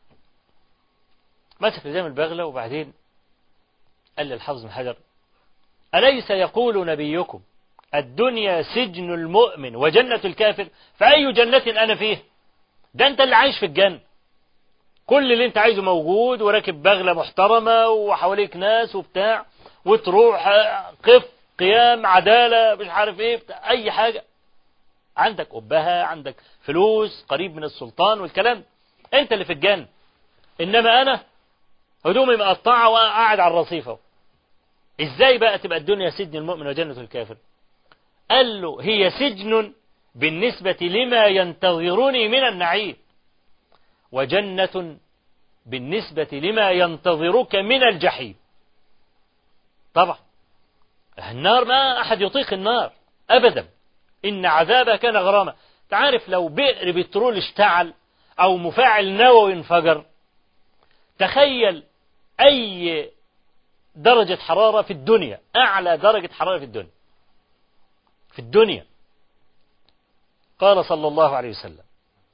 مسك لجام البغلة. وبعدين قال للحافظ بن حجر: أليس يقول نبيكم الدنيا سجن المؤمن وجنة الكافر؟ فأي جنة أنا فيه؟ ده أنت اللي عايش في الجنة، كل اللي أنت عايزه موجود، وراكب بغلة محترمة وحواليك ناس وبتاع، وتروح قف قيام عدالة مش عارف إيه بتاع أي حاجة، عندك أبها، عندك فلوس، قريب من السلطان والكلام، أنت اللي في الجنة. إنما أنا هدومي مقطعة وقاعد على الرصيفة. إزاي بقى تبقى الدنيا سجن المؤمن وجنة الكافر؟ قال له: هي سجن بالنسبة لما ينتظرني من النعيم، وجنة بالنسبة لما ينتظرك من الجحيم. طبعا النار ما أحد يطيق النار أبدا، إن عذابها كان غراما. تعرف لو بئر بترول اشتعل أو مفاعل نووي انفجر، تخيل أي درجة حرارة في الدنيا، أعلى درجة حرارة في الدنيا. قال صلى الله عليه وسلم: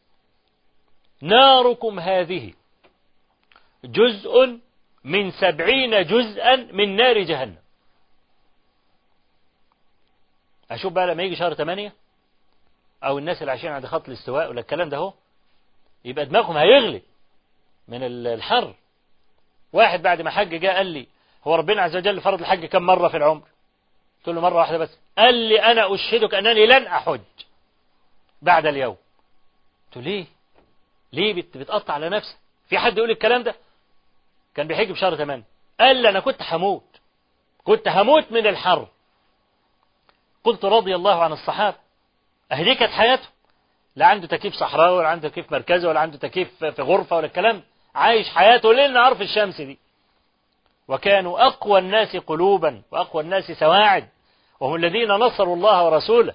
ناركم هذه جزء من 70 جزءا من نار جهنم. أشوف بقى لما يجي شهر 8 أو الناس اللي عايشين عند خط الاستواء ولا الكلام ده هو، يبقى دماغهم هيغلي من الحر. واحد بعد ما حج جاء قال لي: هو ربنا عز وجل فرض الحج كم مرة في العمر؟ قلت قلت له مرة واحدة بس، قال لي أنا أشهدك أنني لن أحج بعد اليوم. قلت له ليه بتقطع على نفسك؟ في حد يقول الكلام ده؟ كان بيحج بشهر 8. قال لي أنا كنت هموت من الحر. قلت رضي الله عن الصحابة، أهدي كانت حياتهم، لا عنده تكييف صحراوي ولا عنده تكييف مركزي ولا عنده تكييف في غرفة ولا الكلام، عايش حياته ليل نهار في الشمس دي. وكانوا أقوى الناس قلوبا وأقوى الناس سواعد، وهم الذين نصروا الله ورسوله.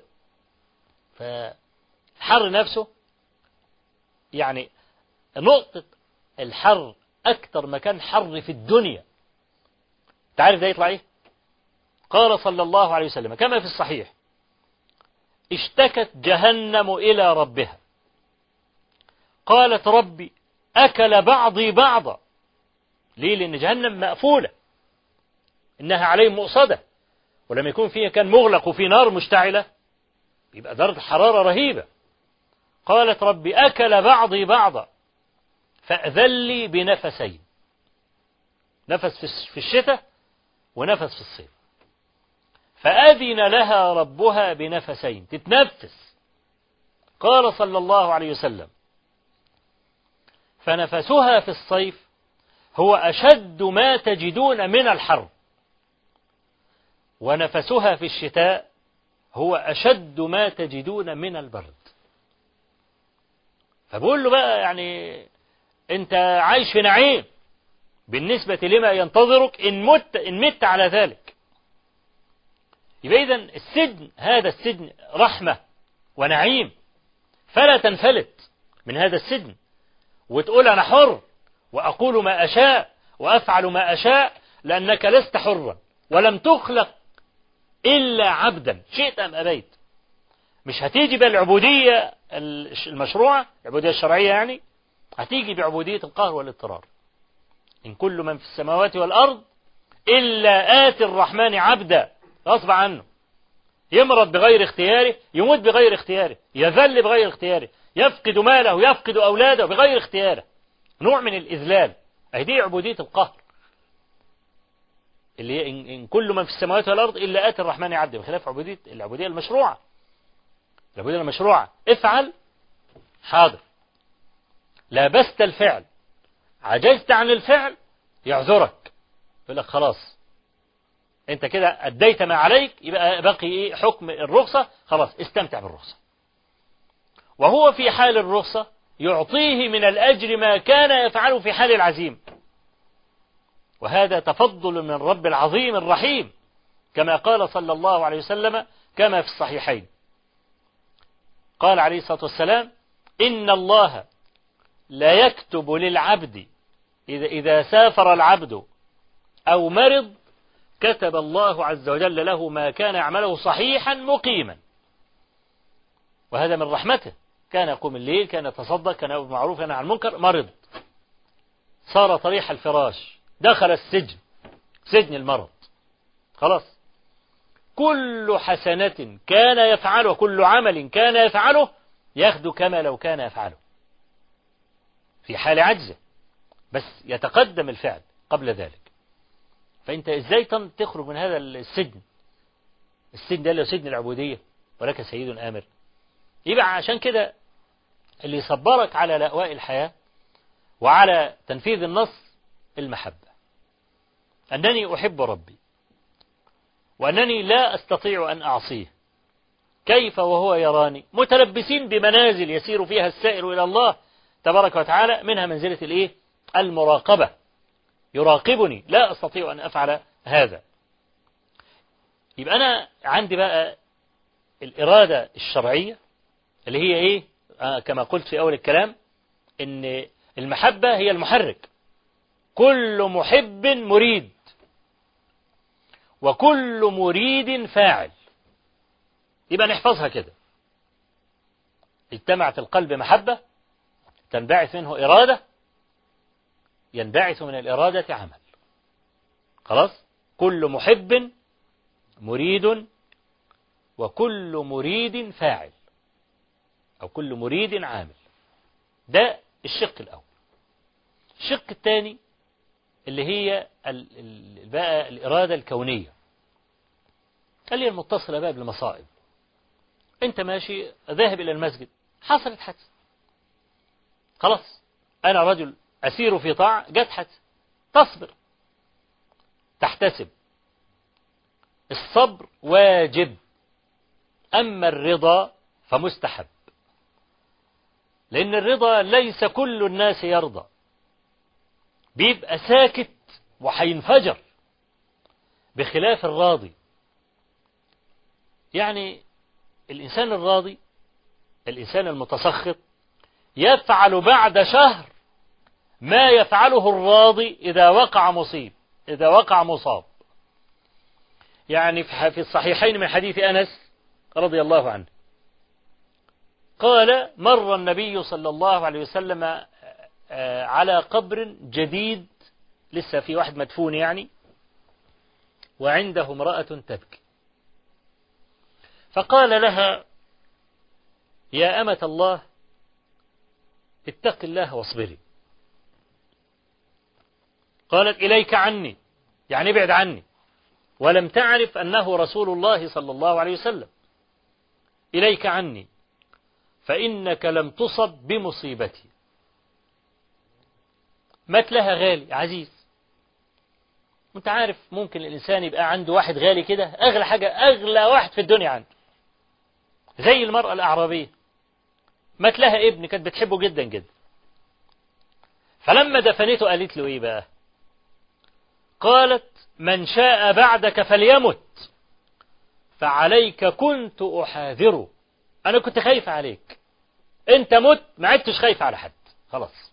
فالحر نفسه يعني نقطة الحر أكثر مكان حر في الدنيا. تعرف ده يطلع إيه؟ قال صلى الله عليه وسلم كما في الصحيح: اشتكت جهنم إلى ربها قالت ربي أكل بعضي بعضا. ليه؟ لأن جهنم مقفولة، إنها عليهم مؤصدة، ولما يكون فيها كان مغلق وفي نار مشتعلة يبقى درجة حرارة رهيبة. قالت ربي أكل بعضي بعضا فأذن لي بنفسين، نفس في الشتاء ونفس في الصيف، فأذن لها ربها بنفسين تتنفس. قال صلى الله عليه وسلم: فنفسها في الصيف هو أشد ما تجدون من الحر، ونفسها في الشتاء هو أشد ما تجدون من البرد. فبقول له بقى يعني أنت عايش في نعيم بالنسبة لما ينتظرك إن مت على ذلك. يبقى إذن السجن، هذا السجن رحمة ونعيم، فلا تنفلت من هذا السجن وتقول أنا حر وأقول ما أشاء وأفعل ما أشاء، لأنك لست حرا ولم تخلق إلا عبدا شئت أم أبيت. مش هتيجي بالعبودية المشروعة، العبودية الشرعية يعني، هتيجي بعبودية القهر والاضطرار. إن كل من في السماوات والأرض إلا آتي الرحمن عبدا، غصب عنه، يمرض بغير اختياره، يموت بغير اختياره، يذل بغير اختياره، يفقد ماله، يفقد أولاده بغير اختياره، نوع من الإذلال. دي عبودية القهر اللي هي إن كل من في السماوات والأرض إلا آتي الرحمن عبدا، بخلاف العبودية المشروعة. العبودية المشروعة افعل حاضر، لابست الفعل، عجزت عن الفعل، يعذرك، يقول لك خلاص انت كده أديت ما عليك، يبقى باقي ايه؟ حكم الرخصة، خلاص استمتع بالرخصة. وهو في حال الرخصة يعطيه من الأجر ما كان يفعله في حال العزيم، وهذا تفضل من رب العظيم الرحيم، كما قال صلى الله عليه وسلم كما في الصحيحين. قال عليه الصلاة والسلام: إن الله لا يكتب للعبد إذا سافر العبد أو مرض كتب الله عز وجل له ما كان يعمله صحيحا مقيما. وهذا من رحمته، كان يقوم الليل، كان يتصدق، كان يأمر بالمعروف، كان ينهى عن المنكر، مرض صار طريح الفراش، دخل السجن، سجن المرض، خلاص كل حسنة كان يفعله، كل عمل كان يفعله ياخذ كما لو كان يفعله في حال عجزه، بس يتقدم الفعل قبل ذلك. فأنت إزاي تخرج من هذا السجن؟ السجن ده اللي سجن العبودية، ولك سيد آمر. يبقى عشان كده اللي يصبرك على لأواء الحياة وعلى تنفيذ النص المحبة، أنني أحب ربي وأنني لا أستطيع أن أعصيه، كيف وهو يراني، متلبسين بمنازل يسير فيها السائر إلى الله تبارك وتعالى، منها منزلة الإيه؟ المراقبة، يراقبني، لا أستطيع أن أفعل هذا. يبقى أنا عندي بقى الإرادة الشرعية اللي هي إيه؟ كما قلت في أول الكلام إن المحبة هي المحرك، كل محب مريد وكل مريد فاعل. يبقى نحفظها كده: اجتمع في القلب محبة، تنبعث منه إرادة، ينبعث من الإرادة عمل. خلاص، كل محب مريد وكل مريد فاعل، أو كل مريد عامل. ده الشق الأول. الشق الثاني اللي هي بقى الإرادة الكونية، قال لي المتصلة بقى بالمصائب. أنت ماشي ذاهب إلى المسجد، حصلت حادثة، خلاص أنا رجل أسير في طاعة، جت حادثة، تصبر، تحتسب. الصبر واجب، أما الرضا فمستحب، لأن الرضا ليس كل الناس يرضى، بيبقى ساكت وحينفجر، بخلاف الراضي. يعني الإنسان الراضي، الإنسان المتسخط، يفعل بعد شهر ما يفعله الراضي إذا وقع مصاب. يعني في الصحيحين من حديث أنس رضي الله عنه قال: مر النبي صلى الله عليه وسلم على قبر جديد، لسه في واحد مدفون يعني، وعنده امرأة تبكي، فقال لها: يا أمة الله اتق الله واصبري. قالت: إليك عني، يعني ابعد عني، ولم تعرف أنه رسول الله صلى الله عليه وسلم. إليك عني فإنك لم تصب بمصيبتي. مات لها غالي عزيز. وانت عارف ممكن الإنسان يبقى عنده واحد غالي كده، أغلى حاجة، أغلى واحد في الدنيا عنده، زي المرأة الأعرابية، مات لها ابن كانت بتحبه جدا جدا، فلما دفنته قالت له إيه بقى؟ قالت: من شاء بعدك فليمت، فعليك كنت أحاذره. أنا كنت خايف عليك، أنت مت ما عدتش خايف على حد، خلاص.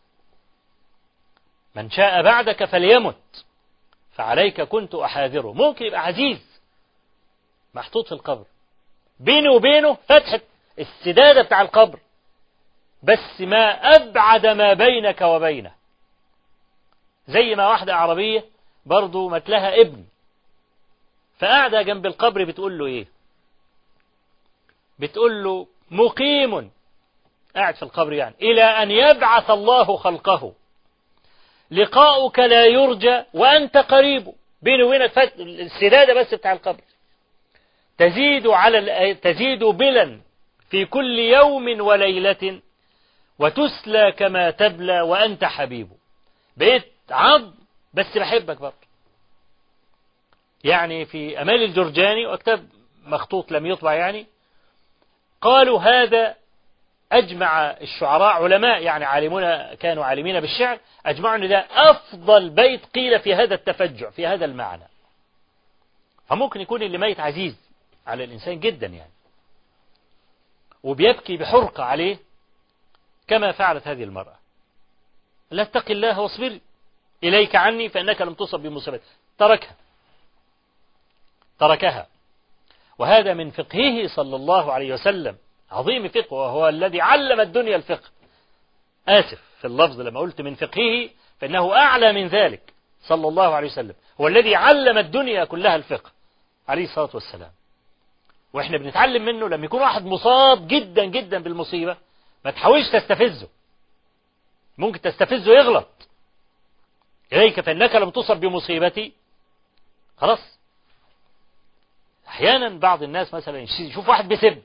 من شاء بعدك فليمت، فعليك كنت أحاذره. ممكن يبقى عزيز محطوط في القبر، بينه وبينه فتحة السدادة بتاع القبر، بس ما أبعد ما بينك وبينه. زي ما واحدة عربية برضو مات لها ابن، فقاعدة جنب القبر بتقول له إيه؟ بتقول له: مقيم، قاعد في القبر يعني، إلى أن يبعث الله خلقه، لقاؤك لا يرجى وأنت قريب. بينه وبينك السدادة بس بتاع القبر، تزيد بلا في كل يوم وليلة، وتسلى كما تبلى وأنت حبيب. بقيت عض بس بحبك برضه. يعني في أمال الجرجاني، وكتاب مخطوط لم يطبع يعني، قالوا هذا أجمع الشعراء علماء يعني عالمون كانوا عالمين بالشعر، أجمعوا أن ده أفضل بيت قيل في هذا التفجع، في هذا المعنى. فممكن يكون اللي ميت عزيز على الإنسان جدا يعني، وبيبكي بحرقة عليه كما فعلت هذه المرأة. لا اتق الله واصبر، إليك عني فإنك لم تصب بمصيبتي. تركها. وهذا من فقهه صلى الله عليه وسلم، عظيم فقه، وهو الذي علم الدنيا الفقه. آسف في اللفظ لما قلت من فقهه، فإنه أعلى من ذلك. صلى الله عليه وسلم هو الذي علم الدنيا كلها الفقه عليه الصلاة والسلام. وإحنا بنتعلم منه. لما يكون واحد مصاب جدا جدا بالمصيبة، ما تحاولش تستفزه، ممكن تستفزه يغلط. إليك فإنك لم تصب بمصيبتي، خلاص. أحيانا بعض الناس مثلا يشوف واحد بيسب،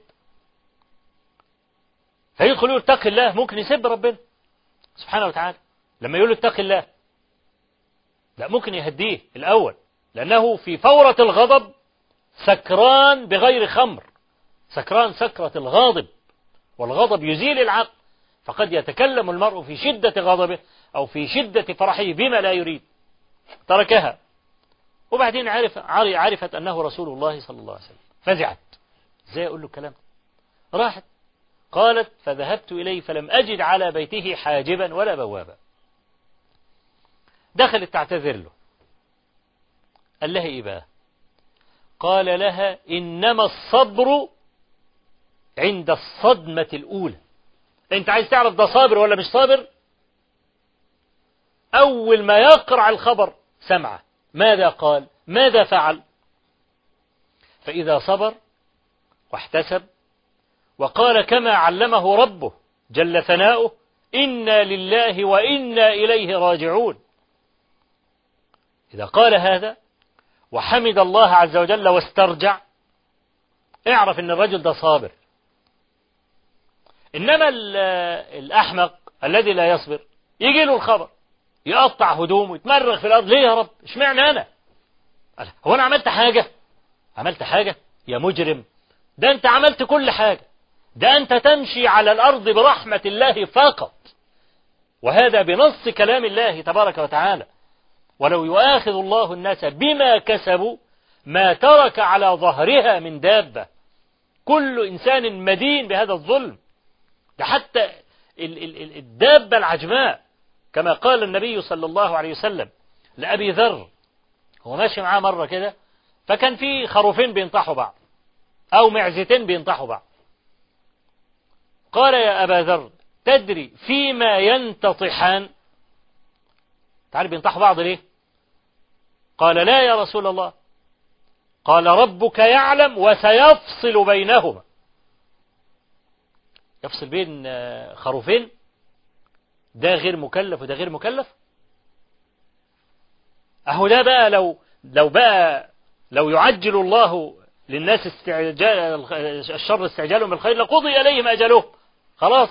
فيدخل يقول اتق الله، ممكن يسب ربنا سبحانه وتعالى. لما يقول اتق الله، لا، ممكن يهديه الأول، لأنه في فورة الغضب سكران بغير خمر، سكران سكرة الغاضب، والغضب يزيل العقل، فقد يتكلم المرء في شدة غضبه أو في شدة فرحه بما لا يريد. تركها، وبعدين عرفت أنه رسول الله صلى الله عليه وسلم، فزعت. ازاي أقول له الكلام؟ راحت قالت: فذهبت إليه فلم أجد على بيته حاجبا ولا بوابا. دخلت تعتذر له، قال لها إيه بقى؟ قال لها: إنما الصبر عند الصدمة الأولى. أنت عايز تعرف ده صابر ولا مش صابر؟ أول ما يقرع الخبر سمعه، ماذا قال؟ ماذا فعل؟ فإذا صبر واحتسب وقال كما علمه ربه جل ثناؤه: إنا لله وإنا إليه راجعون. إذا قال هذا وحمد الله عز وجل واسترجع اعرف ان الرجل ده صابر. إنما الأحمق الذي لا يصبر يجي له الخبر يقطع هدومه يتمرغ في الأرض. ليه يا رب؟ اشمعنى أنا؟ هو أنا عملت حاجة؟ عملت حاجة يا مجرم؟ ده أنت عملت كل حاجة، ده أنت تمشي على الأرض برحمة الله فقط، وهذا بنص كلام الله تبارك وتعالى. ولو يؤاخذ الله الناس بما كسبوا ما ترك على ظهرها من دابة. كل إنسان مدين بهذا الظلم، ده حتى الدابة العجماء، كما قال النبي صلى الله عليه وسلم لأبي ذر، هو ماشي معاه مرة كده فكان في خروفين بينطحوا بعض أو معزتين بينطحوا بعض، قال يا أبا ذر تدري فيما ينتطحان؟ تعرف بينطحوا بعض ليه؟ قال لا يا رسول الله. قال ربك يعلم وسيفصل بينهما. يفصل بين خروفين؟ ده غير مكلف وده غير مكلف. اهو ده بقى لو يعجل الله للناس الشر استعجالهم بالخير لقضي إليهم أجلهم، خلاص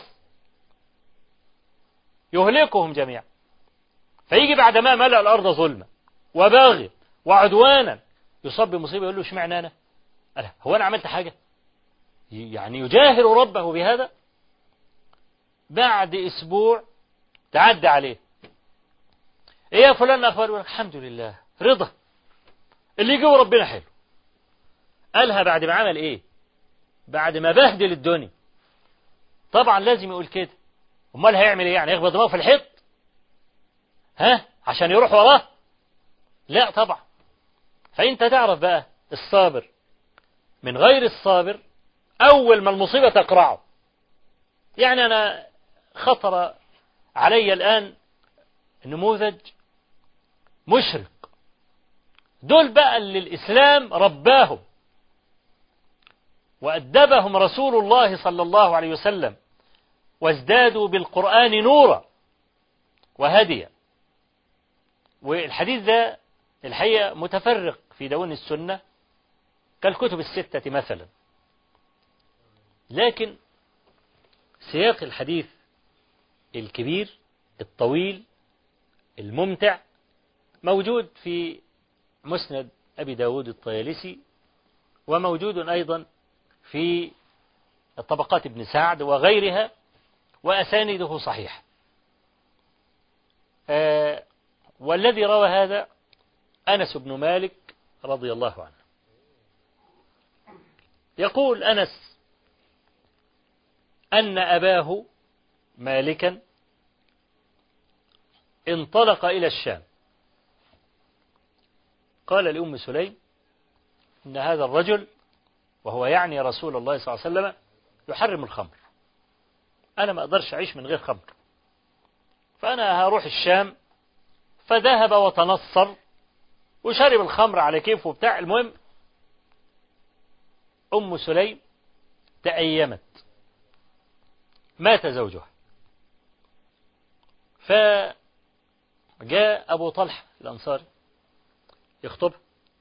يهلكهم جميعا. فيجي بعد ما ملأ الأرض ظلما وباغي وعدوانا يصاب بمصيبة يقول له اشمعنى أنا؟ هو أنا عملت حاجة؟ يعني يجاهر ربه بهذا. بعد أسبوع تعدى عليه، ايه يا فلان اخبار؟ يقول الحمد لله رضا اللي جوه ربنا حلو. قالها بعد ما عمل ايه؟ بعد ما بهدل الدنيا. طبعا لازم يقول كده، امال هيعمل ايه؟ يعني يخبط دماغه في الحيط عشان يروح وراه؟ لا طبعا. فانت تعرف بقى الصابر من غير الصابر اول ما المصيبة تقرعه. يعني انا خطر علي الان نموذج مشرق، دول بقى اللي الإسلام رباهم وأدبهم رسول الله صلى الله عليه وسلم وازدادوا بالقرآن نورا وهديا. والحديث ده الحقيقة متفرق في دون السنة كالكتب الستة مثلا، لكن سياق الحديث الكبير الطويل الممتع موجود في مسند أبي داود الطيالسي، وموجود أيضا في طبقات ابن سعد وغيرها، وأسانيده صحيح. والذي روى هذا أنس بن مالك رضي الله عنه. يقول أنس أن أباه مالكا انطلق إلى الشام، قال لأم سليم إن هذا الرجل، وهو يعني رسول الله صلى الله عليه وسلم، يحرم الخمر، أنا ما أقدرش أعيش من غير خمر، فأنا هروح الشام. فذهب وتنصر وشرب الخمر على كيفه بتاع. المهم أم سليم تأيمت، مات زوجها، فجاء أبو طلحة الأنصاري يخطبها،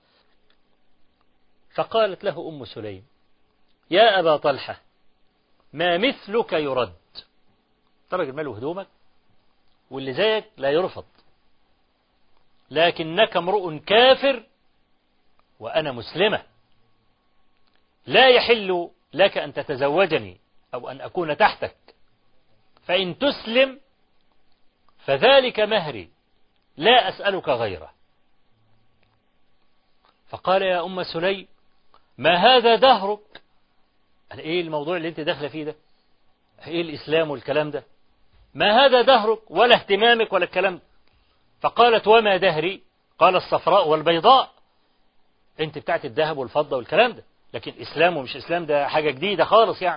فقالت له أم سليم يا أبا طلحة ما مثلك يرد. ترى ماله هدومك واللي زيك لا يرفض، لكنك امرؤ كافر وأنا مسلمة، لا يحل لك أن تتزوجني أو أن أكون تحتك، فإن تسلم فذلك مهري لا أسألك غيره. فقال يا أم سليم ما هذا دهرك؟ قال إيه الموضوع اللي أنت داخله فيه ده؟ إيه الإسلام والكلام ده؟ ما هذا دهرك ولا اهتمامك ولا الكلام ده؟ فقالت وما دهري؟ قال الصفراء والبيضاء. أنت بتاعت الذهب والفضة والكلام ده، لكن إسلام ومش إسلام ده حاجة جديدة خالص يعني.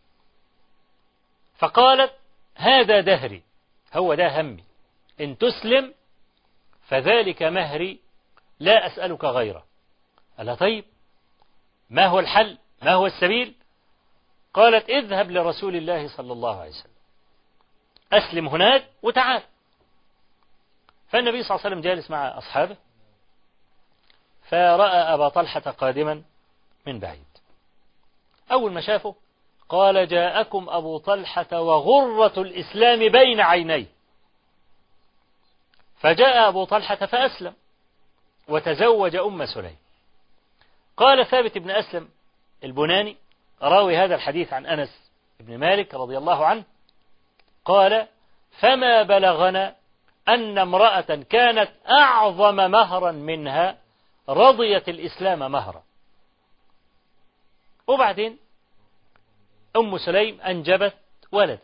فقالت هذا دهري، هو ده همي، إن تسلم فذلك مهري لا أسألك غيره. قال طيب ما هو الحل؟ ما هو السبيل؟ قالت اذهب لرسول الله صلى الله عليه وسلم أسلم هناك وتعال. فالنبي صلى الله عليه وسلم جالس مع أصحابه، فرأى أبا طلحة قادما من بعيد، أول ما شافه قال جاءكم أبو طلحة وغرة الإسلام بين عينيه. فجاء أبو طلحة فأسلم وتزوج أم سليم. قال ثابت بن أسلم البناني راوي هذا الحديث عن أنس بن مالك رضي الله عنه قال فما بلغنا أن امرأة كانت أعظم مهرا منها رضيت الإسلام مهرا. وبعدين أم سليم أنجبت ولد،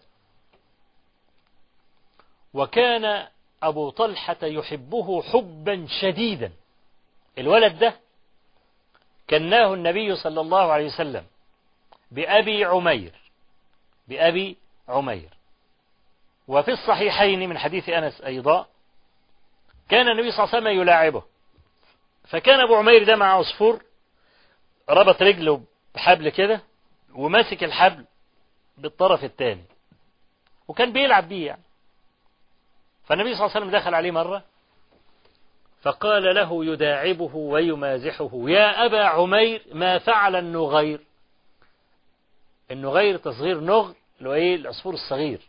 وكان أبو طلحة يحبه حبا شديدا. الولد ده كناه النبي صلى الله عليه وسلم بأبي عمير، بأبي عمير. وفي الصحيحين من حديث أنس أيضا كان النبي صلى الله عليه وسلم يلاعبه، فكان أبو عمير ده مع عصفور ربط رجله بحبل كده وماسك الحبل بالطرف الثاني وكان بيلعب بيه يعني. فالنبي صلى الله عليه وسلم دخل عليه مرة فقال له يداعبه ويمازحه يا أبا عمير ما فعل النغير. النغير تصغير نغر اللي هو ايه العصفور الصغير.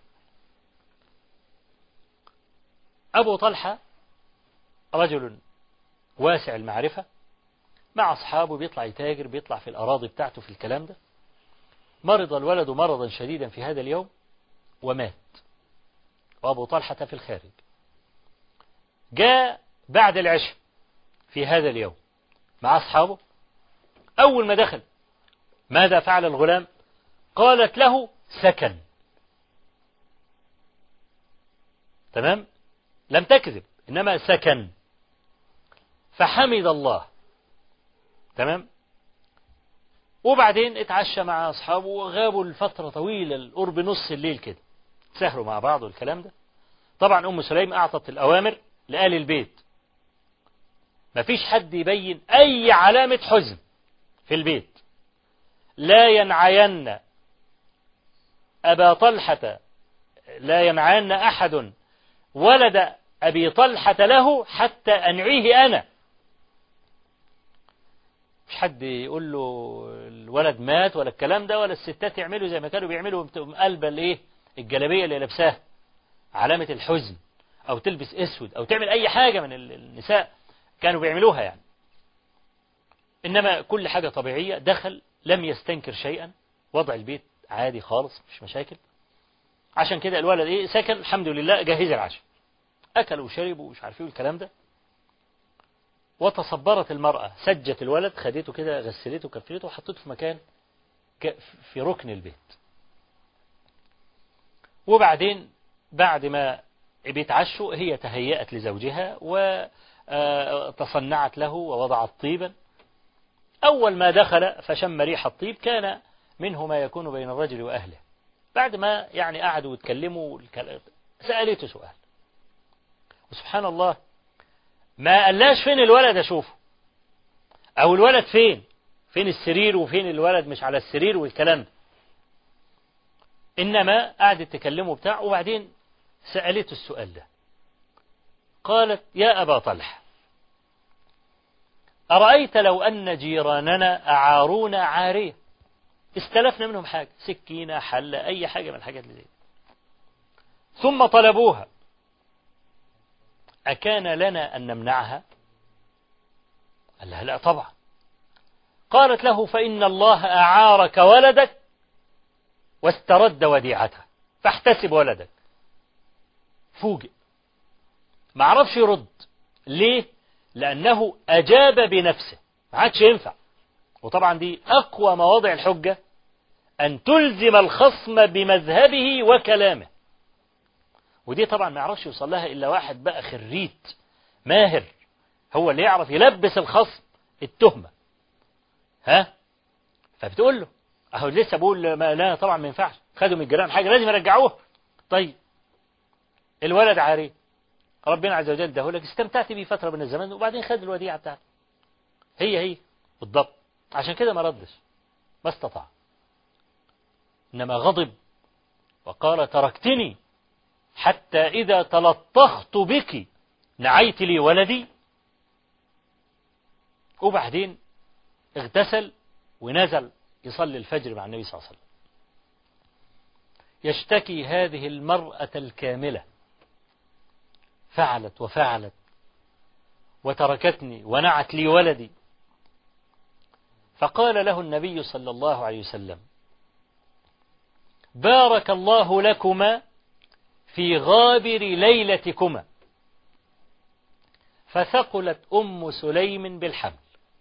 أبو طلحة رجل واسع المعرفة مع أصحابه بيطلع يتاجر، بيطلع في الأراضي بتاعته في الكلام ده. مرض الولد مرضا شديدا في هذا اليوم ومات، وأبو طلحة في الخارج. جاء بعد العشاء في هذا اليوم مع أصحابه. أول ما دخل ماذا فعل الغلام؟ قالت له سكن. تمام، لم تكذب إنما سكن. فحمد الله. تمام. وبعدين اتعشى مع أصحابه وغابوا لفترة طويلة قرب نص الليل كده، سهروا مع بعض والكلام ده. طبعا أم سليم أعطت الأوامر لآل البيت، مفيش حد يبين أي علامة حزن في البيت، لا ينعين أبا طلحة، لا ينعين أحد ولد أبي طلحة له حتى أنعيه أنا. مش حد يقول له الولد مات ولا الكلام ده، ولا الستات يعملوا زي ما كانوا بيعملوا قلب الايه الجلابيه اللي لابساها علامة الحزن، أو تلبس أسود، أو تعمل أي حاجة من النساء كانوا بيعملوها يعني. إنما كل حاجة طبيعية. دخل لم يستنكر شيئا، وضع البيت عادي خالص مش مشاكل. عشان كده الولد إيه سكن الحمد لله، جهز العشاء، أكل وشرب ومش عارفين الكلام ده. وتصبرت المرأة، سجت الولد، خدته كده غسلته وكفلته وحطته في مكان في ركن البيت. وبعدين بعد ما بيتعشوا هي تهيأت لزوجها وتصنعت له ووضعت طيبا. أول ما دخل فشم ريح الطيب كان منه ما يكون بين الرجل وأهله. بعد ما يعني قعدوا يتكلموا سألته سؤال، وسبحان الله ما قالش فين الولد أشوفه، أو الولد فين السرير وفين الولد مش على السرير والكلام ده. إنما قعدت تكلمه بتاع. وبعدين سألته السؤال ده، قالت يا أبا طلحة أرأيت لو أن جيراننا أعارونا عارية، استلفنا منهم حاجة، سكينة، حلة، أي حاجة من الحاجات اللي زي، ثم طلبوها، أكان لنا أن نمنعها؟ قال لها لا طبعا. قالت له فإن الله أعارك ولدك واسترد وديعته فاحتسب ولدك. فوجئ، ما عرفش يرد. ليه؟ لأنه أجاب بنفسه، ما عادش ينفع. وطبعا دي أقوى مواضع الحجة، أن تلزم الخصم بمذهبه وكلامه. ودي طبعا ما يعرفش يوصل لها إلا واحد بقى خريت ماهر، هو اللي يعرف يلبس الخصم التهمة. ها؟ فبتقول له أهو لسه بقول لا طبعا ما ينفعش، خدوا من الجيران حاجة لازم يرجعوها. طيب الولد عاري، ربنا عز وجل ده لك، استمتعت بيه فترة من الزمان وبعدين خد الوديعة بتاعته. هي بالضبط. عشان كده ما ردش، ما استطاع. إنما غضب وقال تركتني حتى إذا تلطخت بك نعيت لي ولدي. وبعدين اغتسل ونزل يصلي الفجر مع النبي صلى الله عليه وسلم. يشتكي هذه المرأة الكاملة، فعلت وفعلت وتركتني ونعت لي ولدي. فقال له النبي صلى الله عليه وسلم: بارك الله لكما في غابر ليلتكما. فثقلت أم سليم بالحمل.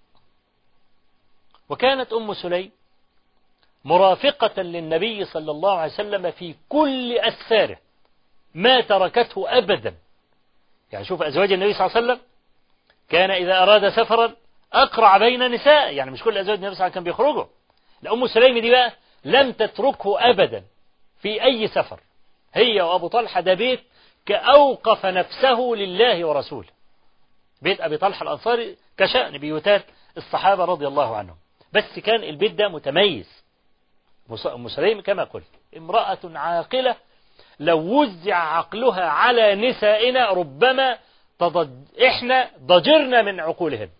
وكانت أم سليم مرافقة للنبي صلى الله عليه وسلم في كل أسفاره، ما تركته أبدا. يعني شوف أزواج النبي صلى الله عليه وسلم، كان إذا أراد سفرا أقرع بين نساء، يعني مش كل أزواج النبي صلى الله عليه وسلم كان بيخرجوا. أم سليم دي بقى لم تتركه أبدا في أي سفر، هي وأبو طلحة. ده بيت كأوقف نفسه لله ورسوله. بيت أبي طلحة الأنصاري كشأن بيوتات الصحابة رضي الله عنهم، بس كان البيت ده متميز. أم سليم كما قلت امرأة عاقلة، لو وزع عقلها على نسائنا ربما احنا ضجرنا من عقولهم.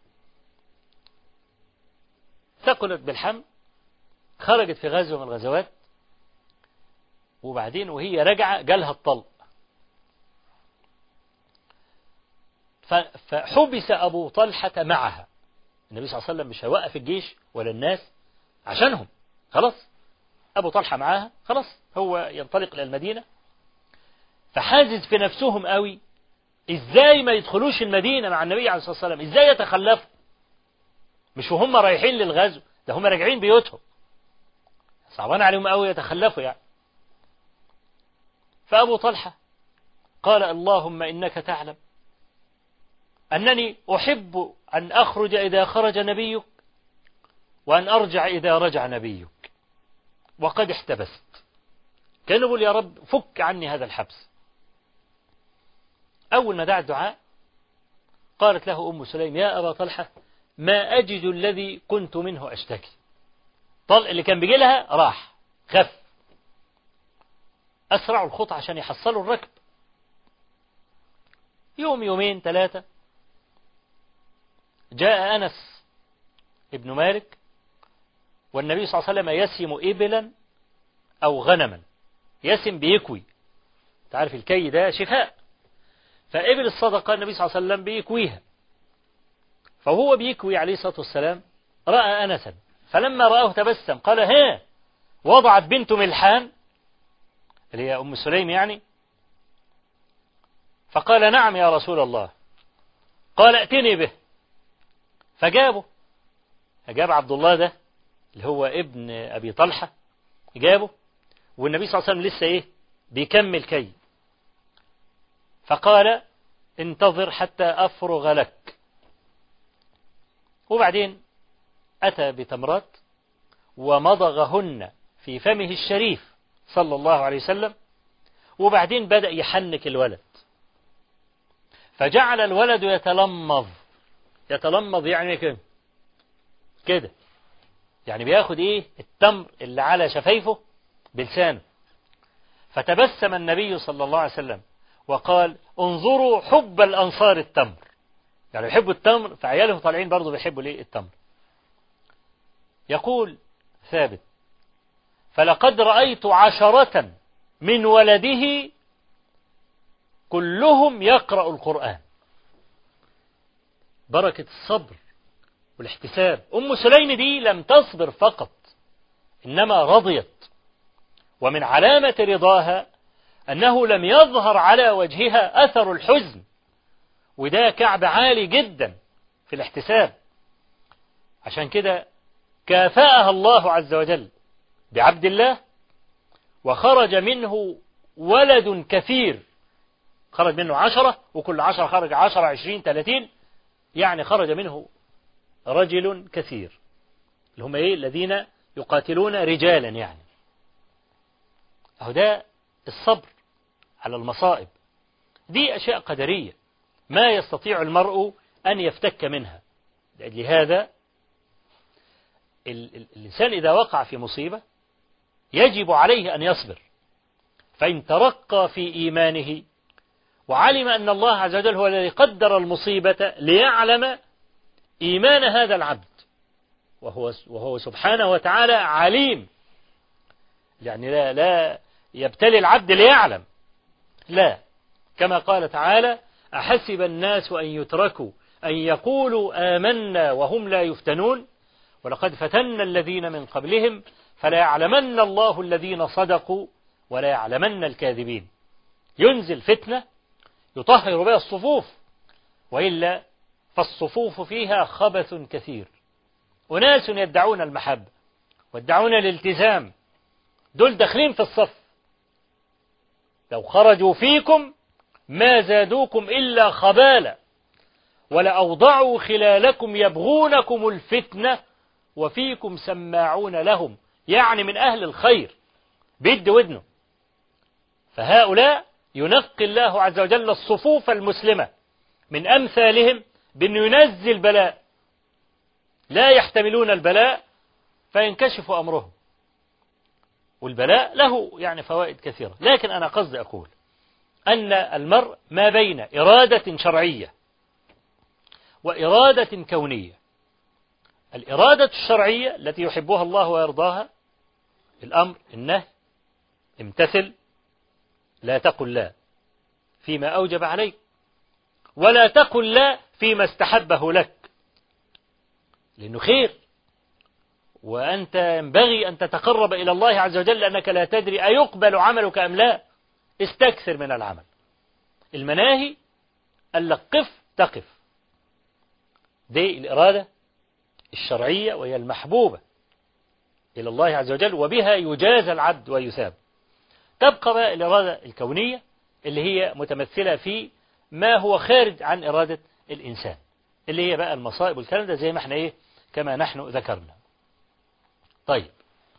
ثقلت بالحمل، خرجت في غزوة من الغزوات، وبعدين وهي راجعة جالها الطلق. فحبس أبو طلحة معها. النبي صلى الله عليه وسلم مش هيوقف الجيش ولا الناس عشانهم، خلاص أبو طلحة معاها، خلاص هو ينطلق إلى المدينة. فحازز في نفسهم قوي، إزاي ما يدخلوش المدينة مع النبي عليه الصلاة والسلام، إزاي يتخلفوا، مش وهم رايحين للغزو، ده هم راجعين بيوتهم، صعبان عليهم قوي يتخلفوا يعني. فأبو طلحة قال: اللهم إنك تعلم أنني أحب أن أخرج إذا خرج نبيك، وأن أرجع إذا رجع نبيك، وقد احتبست. كان يقول: يا رب فك عني هذا الحبس. أول ما دعا الدعاء قالت له أم سليم: يا أبا طلحة، ما أجد الذي كنت منه أشتكي. طلق اللي كان بيجي لها راح، خف. أسرعوا الخطى عشان يحصلوا الركب. يوم يومين ثلاثة جاء أنس ابن مالك، والنبي صلى الله عليه وسلم يسم إبلا أو غنما. يسم بيكوي، تعرف الكي ده شفاء، فإبل الصدقة النبي صلى الله عليه وسلم بيكويها. فهو بيكوي عليه الصلاة والسلام رأى أنسا، فلما رآه تبسم قال: ها، وضعت بنت ملحان اللي هي أم سليم يعني؟ فقال: نعم يا رسول الله. قال: ائتني به. فجابه، جاب عبد الله ده اللي هو ابن أبي طلحة، جابه، والنبي صلى الله عليه وسلم لسه إيه بيكمل كي. فقال: انتظر حتى أفرغ لك. وبعدين أتى بتمرات ومضغهن في فمه الشريف صلى الله عليه وسلم، وبعدين بدأ يحنك الولد، فجعل الولد يتلمض يعني كده يعني بياخد ايه التمر اللي على شفايفه بلسانه. فتبسم النبي صلى الله عليه وسلم وقال: انظروا حب الأنصار التمر، يعني يحبوا التمر، فعياله طالعين برضو بيحبوا ليه التمر. يقول ثابت: فلقد رأيت 10 من ولده كلهم يقرأ القرآن. بركة الصبر والاحتساب. أم سليم دي لم تصبر فقط، إنما رضيت، ومن علامة رضاها أنه لم يظهر على وجهها أثر الحزن، وده كعب عالي جدا في الاحتساب. عشان كده كافأها الله عز وجل بعبد الله، وخرج منه ولد كثير، خرج منه 10، وكل 10 خرج 10 20 30، يعني خرج منه رجل كثير، اللي هم ايه الذين يقاتلون رجالا يعني. اهو ده الصبر على المصائب. دي أشياء قدرية ما يستطيع المرء أن يفتك منها. لهذا الإنسان إذا وقع في مصيبة يجب عليه أن يصبر، فإن ترقى في إيمانه وعلم أن الله عز وجل هو الذي قدر المصيبة ليعلم إيمان هذا العبد، وهو سبحانه وتعالى عليم، يعني لا يبتلي العبد ليعلم، لا، كما قال تعالى: أحسب الناس أن يتركوا أن يقولوا آمنا وهم لا يفتنون ولقد فتنا الذين من قبلهم فلا يعلمن الله الذين صدقوا ولا يعلمن الكاذبين. ينزل فتنة يطهر بها الصفوف، وإلا فالصفوف فيها خبث كثير. أناس يدعون المحبة ويدعون الالتزام، دول داخلين في الصف، لو خرجوا فيكم ما زادوكم إلا خبالا ولأوضعوا خلالكم يبغونكم الفتنة وفيكم سماعون لهم، يعني من أهل الخير بيد ودنه. فهؤلاء ينقي الله عز وجل الصفوف المسلمة من أمثالهم بأن ينزل بلاء، لا يحتملون البلاء فينكشف أمرهم. والبلاء له يعني فوائد كثيرة، لكن أنا قصدي أقول أن المرء ما بين إرادة شرعية وإرادة كونية. الإرادة الشرعية التي يحبها الله ويرضاها، الأمر النهي، امتثل، لا تقل لا فيما أوجب عليك ولا تقل لا فيما استحبه لك، لأنه خير، وأنت ينبغي أن تتقرب إلى الله عز وجل لأنك لا تدري أيقبل عملك أم لا. استكثر من العمل. المناهي قال لك قف تقف، دي الإرادة الشرعية وهي المحبوبة إلى الله عز وجل وبها يجازى العبد ويثاب. تبقى بقى الإرادة الكونية اللي هي متمثلة في ما هو خارج عن إرادة الإنسان، اللي هي بقى المصائب والكلام ده زي ما احنا كما نحن ذكرنا. طيب،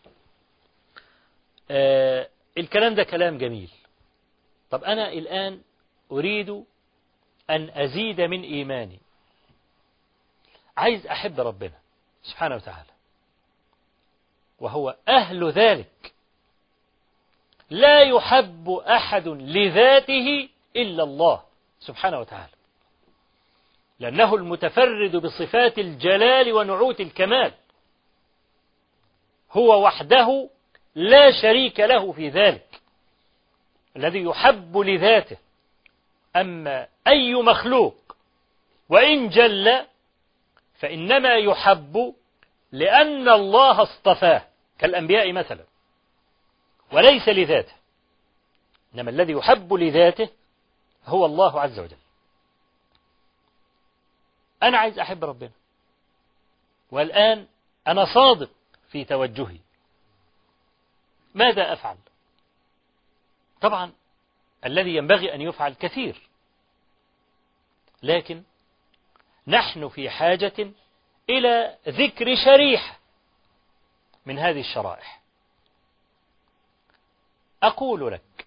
الكلام ده كلام جميل. طب أنا الآن أريد أن أزيد من إيماني، عايز أحب ربنا سبحانه وتعالى، وهو أهل ذلك. لا يحب أحد لذاته إلا الله سبحانه وتعالى، لأنه المتفرد بصفات الجلال ونعوت الكمال، هو وحده لا شريك له في ذلك الذي يحب لذاته. أما أي مخلوق وإن جل فإنما يحب لأن الله اصطفاه كالأنبياء مثلا، وليس لذاته، إنما الذي يحب لذاته هو الله عز وجل. أنا عايز أحب ربنا، والآن أنا صادق في توجهي، ماذا أفعل؟ طبعا الذي ينبغي أن يفعل كثير، لكن نحن في حاجة إلى ذكر شريحة من هذه الشرائح. أقول لك: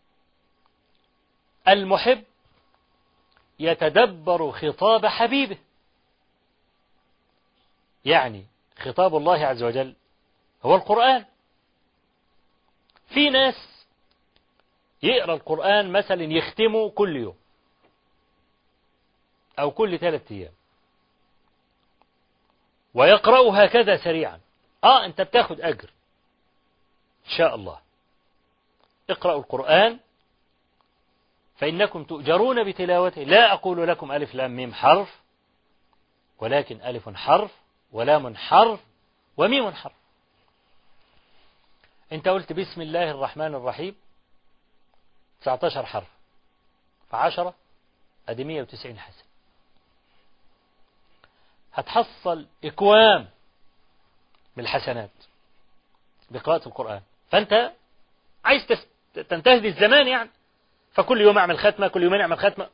المحب يتدبر خطاب حبيبه، يعني خطاب الله عز وجل هو القرآن. في ناس يقرأ القرآن مثلا يختمه كل يوم أو كل 3 أيام ويقرأه هكذا سريعا. أنت بتاخد أجر إن شاء الله. اقرأوا القرآن فإنكم تؤجرون بتلاوته. لا أقول لكم ألف لام ميم حرف، ولكن ألف حرف ولام حرف وميم حرف. أنت قلت بسم الله الرحمن الرحيم 19 حرف، ف10 أدي 190 حسن، هتحصل إكوام من الحسنات بقراءة القرآن. فأنت عايز تنتهز الزمان يعني، فكل يوم أعمل ختمة، كل يومين أعمل ختمة.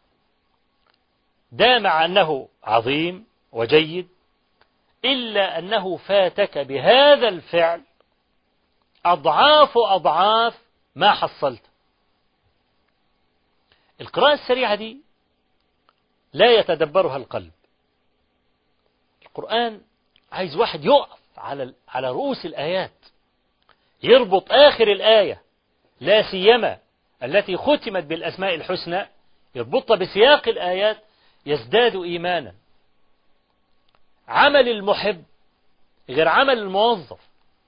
ده مع أنه عظيم وجيد، إلا أنه فاتك بهذا الفعل أضعاف ما حصلت. القراءة السريعة دي لا يتدبرها القلب. القرآن عايز واحد يقف على رؤوس الآيات، يربط آخر الآية، لا سيما التي ختمت بالأسماء الحسنى، يربطها بسياق الآيات، يزداد إيمانا. عمل المحب غير عمل الموظف.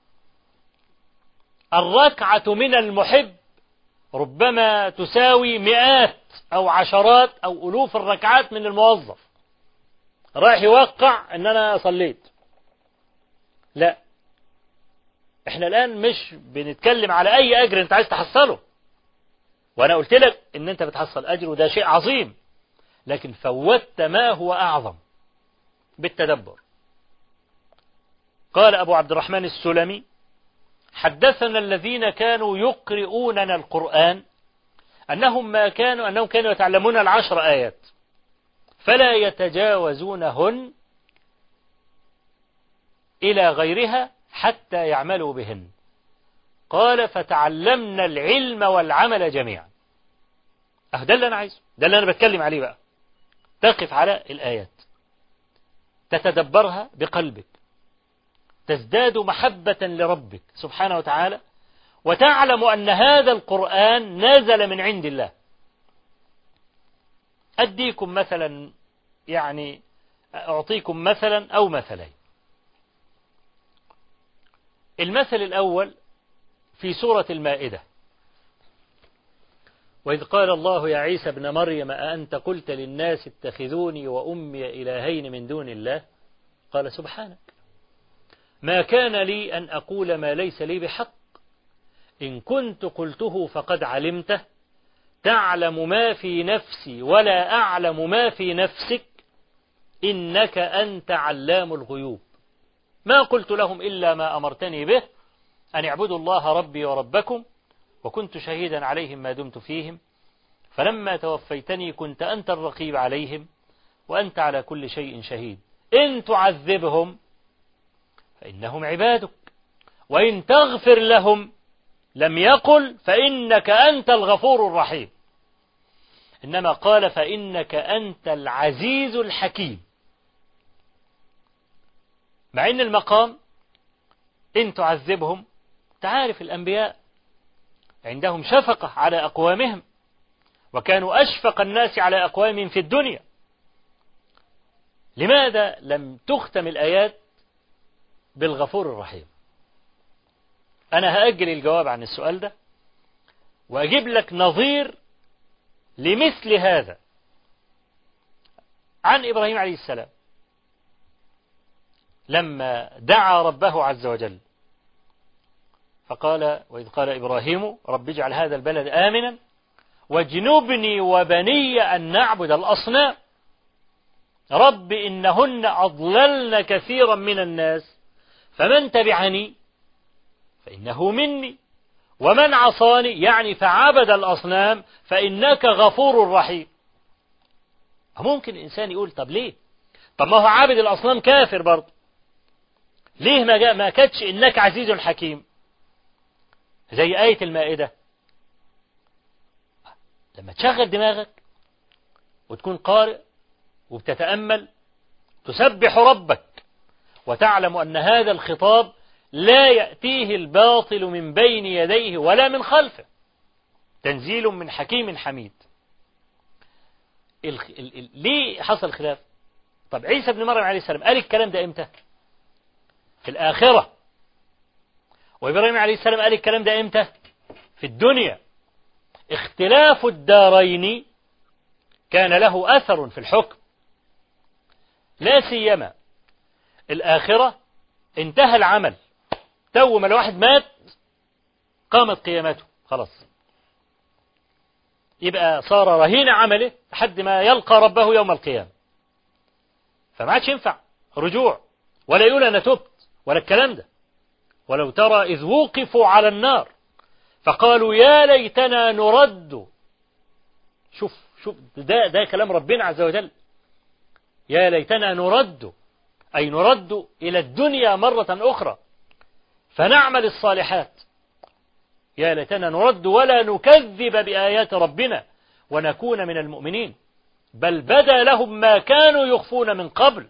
الركعة من المحب ربما تساوي مئات أو عشرات أو ألوف الركعات من الموظف رايح يوقع إن أنا صليت. لا، إحنا الآن مش بنتكلم على أي أجر أنت عايز تحصله، وأنا قلت لك إن أنت بتحصل أجر وده شيء عظيم، لكن فوتت ما هو أعظم بالتدبر. قال أبو عبد الرحمن السلمي: حدثنا الذين كانوا يقرؤوننا القرآن أنهم كانوا يتعلمون 10 آيات فلا يتجاوزونهن إلى غيرها حتى يعملوا بهن. قال: فتعلمنا العلم والعمل جميعا. ده اللي أنا عايزه، ده اللي أنا بتكلم عليه بقى. تقف على الآيات، تتدبرها بقلبك، تزداد محبة لربك سبحانه وتعالى، وتعلم أن هذا القرآن نزل من عند الله. أديكم مثلا، يعني أعطيكم مثلا أو مثلين. المثل الأول في سورة المائدة: وإذ قال الله يا عيسى ابن مريم أأنت قلت للناس اتخذوني وأمي إلهين من دون الله؟ قال: سبحانك، ما كان لي أن أقول ما ليس لي بحق، إن كنت قلته فقد علمته، تعلم ما في نفسي ولا أعلم ما في نفسك، إنك أنت علام الغيوب. ما قلت لهم إلا ما أمرتني به، أن اعبدوا الله ربي وربكم، وكنت شهيدا عليهم ما دمت فيهم، فلما توفيتني كنت أنت الرقيب عليهم، وأنت على كل شيء شهيد. إن تعذبهم فإنهم عبادك، وإن تغفر لهم لم يقل فإنك أنت الغفور الرحيم، إنما قال فإنك أنت العزيز الحكيم. مع إن المقام إن تعذبهم، تعرف الأنبياء عندهم شفقة على أقوامهم، وكانوا أشفق الناس على أقوامهم في الدنيا. لماذا لم تختم الآيات بالغفور الرحيم؟ أنا هأجل الجواب عن السؤال ده وأجيب لك نظير لمثل هذا عن إبراهيم عليه السلام لما دعا ربه عز وجل فقال: وإذ قال إبراهيم رب اجعل هذا البلد آمنا واجنبني وبني أن نعبد الأصنام رب إنهن أضللن كثيرا من الناس فمن تبعني فإنه مني ومن عصاني يعني فعبد الأصنام فإنك غفور رحيم. ممكن الإنسان يقول: طب ليه؟ طب ما هو عابد الأصنام كافر برضه، ليه ما كتش إنك عزيز حكيم زي آية المائدة؟ لما تشغل دماغك وتكون قارئ وبتتأمل تسبح ربك وتعلم أن هذا الخطاب لا يأتيه الباطل من بين يديه ولا من خلفه، تنزيل من حكيم حميد. ليه حصل خلاف؟ طب عيسى بن مريم عليه السلام قال الكلام ده امتى؟ في الآخرة. وإبراهيم عليه السلام قال الكلام ده امتى؟ في الدنيا. اختلاف الدارين كان له أثر في الحكم، لا سيما الآخرة انتهى العمل، تو ما الواحد مات قامت قيامته خلاص، يبقى صار رهين عمله لحد ما يلقى ربه يوم القيامة، فما عادش ينفع رجوع ولا يقول أنا تبت ولا الكلام ده. ولو ترى إذ وقفوا على النار فقالوا يا ليتنا نرد. شوف ده كلام ربنا عز وجل، يا ليتنا نرد، أي نرد إلى الدنيا مرة أخرى فنعمل الصالحات، يا ليتنا نرد ولا نكذب بآيات ربنا ونكون من المؤمنين، بل بدا لهم ما كانوا يخفون من قبل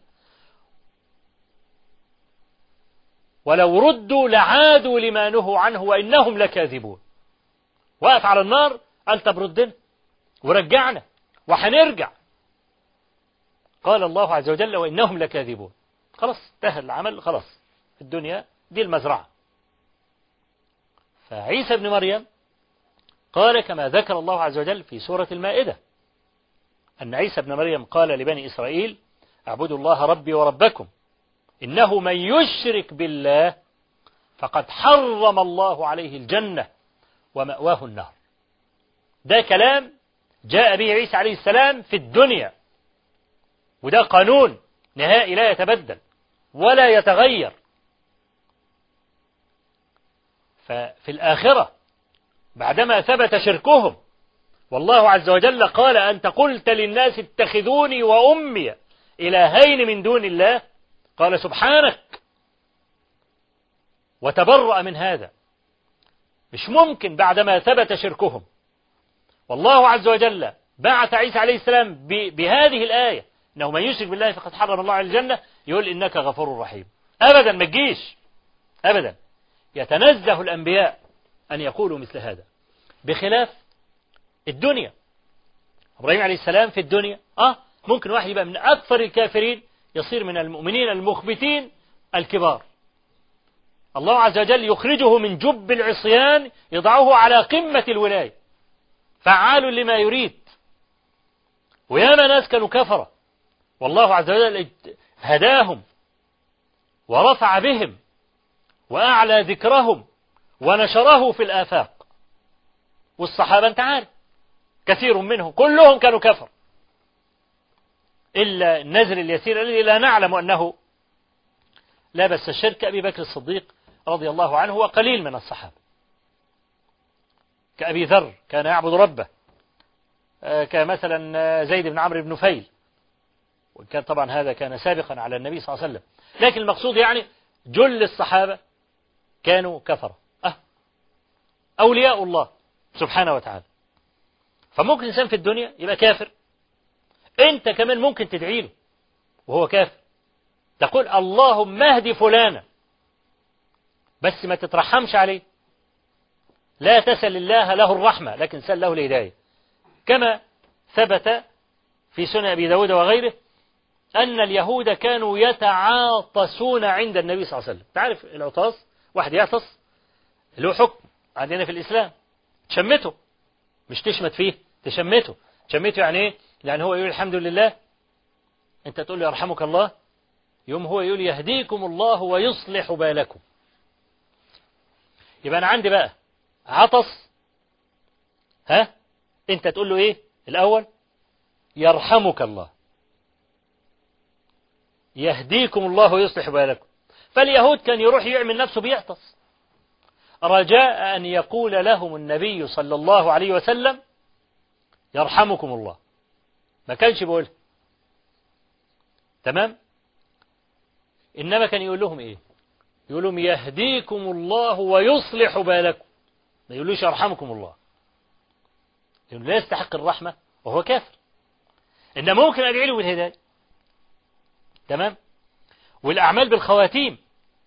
ولو ردوا لعادوا لما نهوا عنه وإنهم لكاذبون. وقف على النار قال طب ردنا ورجعنا وحنرجع، قال الله عز وجل وإنهم لكاذبون. خلاص انتهى العمل، خلاص في الدنيا دي المزرعة. فعيسى بن مريم قال كما ذكر الله عز وجل في سورة المائدة أن عيسى بن مريم قال لبني إسرائيل اعبدوا الله ربي وربكم إنه من يشرك بالله فقد حرم الله عليه الجنة ومأواه النار. ده كلام جاء به عيسى عليه السلام في الدنيا، وده قانون نهائي لا يتبدل ولا يتغير. ففي الآخرة بعدما ثبت شركهم والله عز وجل قال أنت قلت للناس اتخذوني وأمي إلهين من دون الله، قال سبحانك وتبرأ من هذا. مش ممكن بعدما ثبت شركهم والله عز وجل بعث عيسى عليه السلام بهذه الآية إنه من يشرك بالله فقد حرم الله على الجنة يقول إنك غفور رحيم. أبدا ما تجيش أبدا. يتنزه الأنبياء أن يقولوا مثل هذا، بخلاف الدنيا. إبراهيم عليه السلام في الدنيا ممكن واحد يبقى من أكثر الكافرين يصير من المؤمنين المخبتين الكبار. الله عز وجل يخرجه من جب العصيان يضعه على قمة الولاية فعال لما يريد. وياما ناس كانوا كفرة والله عز وجل هداهم ورفع بهم وأعلى ذكرهم ونشره في الآفاق. والصحابة أنت عارف كثير منهم كلهم كانوا كفر إلا النزل اليسير الذي لا نعلم أنه لا بس الشرك أبي بكر الصديق رضي الله عنه وقليل من الصحابة، كأبي ذر كان يعبد ربه، كمثلا زيد بن عمرو بن نفيل، وكان طبعا هذا كان سابقا على النبي صلى الله عليه وسلم. لكن المقصود يعني جل الصحابة كانوا كفرة أولياء الله سبحانه وتعالى. فممكن إنسان في الدنيا يبقى كافر، أنت كمان ممكن تدعي له وهو كافر، تقول اللهم اهد فلانا، بس ما تترحمش عليه، لا تسل الله له الرحمة لكن سل له الهداية. كما ثبت في سنن أبي داود وغيره أن اليهود كانوا يتعاطسون عند النبي صلى الله عليه وسلم. تعرف العطاس واحد يعطس له حكم عندنا في الإسلام، تشمته مش تشمت فيه، تشمته. تشمته يعني إيه؟ يعني هو يقول الحمد لله، أنت تقول له يرحمك الله، يوم هو يقول يهديكم الله ويصلح بالكم. يبقى أنا عندي بقى عطس، أنت تقول له إيه الأول؟ يرحمك الله، يهديكم الله ويصلح بالكم. فاليهود كان يروح يعمل نفسه بيعطس رجاء أن يقول لهم النبي صلى الله عليه وسلم يرحمكم الله، ما كانش بيقول تمام. إنما كان يقول لهم إيه؟ يقول لهم يهديكم الله ويصلح بالكم، ما يقولوش يرحمكم الله، لأنه لا يستحق الرحمة وهو كافر. إنما ممكن أدعي له بالهداية تمام. والأعمال بالخواتيم،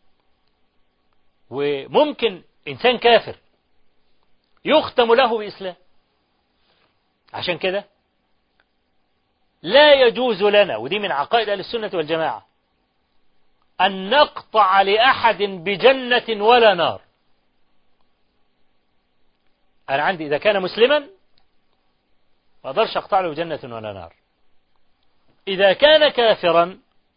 وممكن إنسان كافر يختم له بإسلام. عشان كده لا يجوز لنا، ودي من عقائد أهل السنة والجماعة، أن نقطع لأحد بجنة ولا نار. أنا عندي إذا كان مسلما ما أقدرش أقطع له بجنة ولا نار. إذا كان كافرا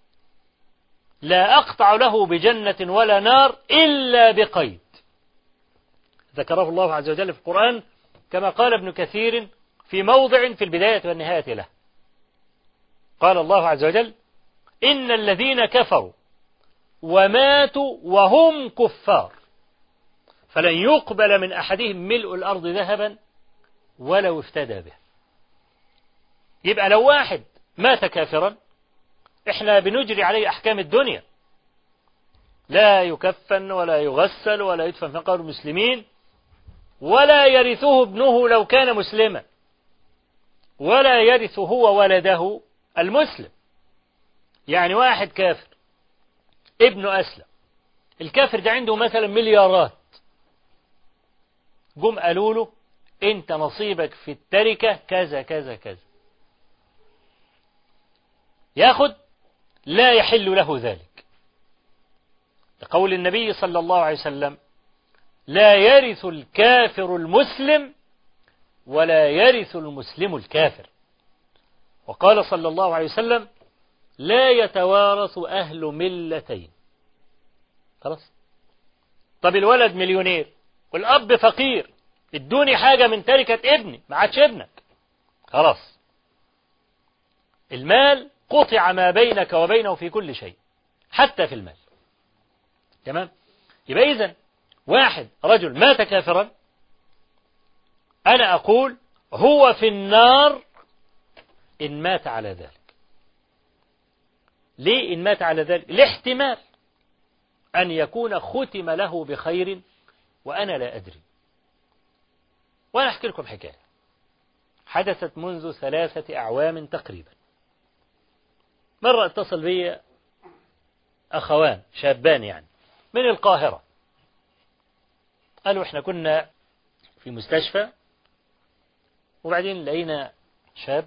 لا أقطع له بجنة ولا نار إلا بقيد ذكره الله عز وجل في القرآن، كما قال ابن كثير في موضع في البداية والنهاية له. قال الله عز وجل إن الذين كفروا وماتوا وهم كفار فلن يقبل من أحدهم ملء الأرض ذهبا ولو افتدى به. يبقى لو واحد مات كافرا احنا بنجري عليه أحكام الدنيا، لا يكفن ولا يغسل ولا يدفن في قبر المسلمين، ولا يرثه ابنه لو كان مسلما، ولا يرث هو ولده المسلم. يعني واحد كافر ابنه أسلم، الكافر ده عنده مثلا مليارات، جم قالوا له انت نصيبك في التركة كذا كذا كذا، ياخد؟ لا يحل له ذلك. لقول النبي صلى الله عليه وسلم: لا يرث الكافر المسلم ولا يرث المسلم الكافر. وقال صلى الله عليه وسلم: لا يتوارث أهل ملتين. خلاص. طب الولد مليونير والأب فقير، ادوني حاجة من تركة ابني، ما عادش ابنك. خلاص، المال قطع ما بينك وبينه في كل شيء، حتى في المال. تمام. يبقى إذن واحد رجل مات كافرا، أنا أقول هو في النار إن مات على ذلك. ليه إن مات على ذلك؟ لاحتمال أن يكون ختم له بخير وأنا لا أدري. وأنا أحكي لكم حكاية حدثت منذ 3 أعوام تقريبا. مرة اتصل بي أخوان شابان يعني من القاهرة، قالوا إحنا كنا في مستشفى، وبعدين لقينا شاب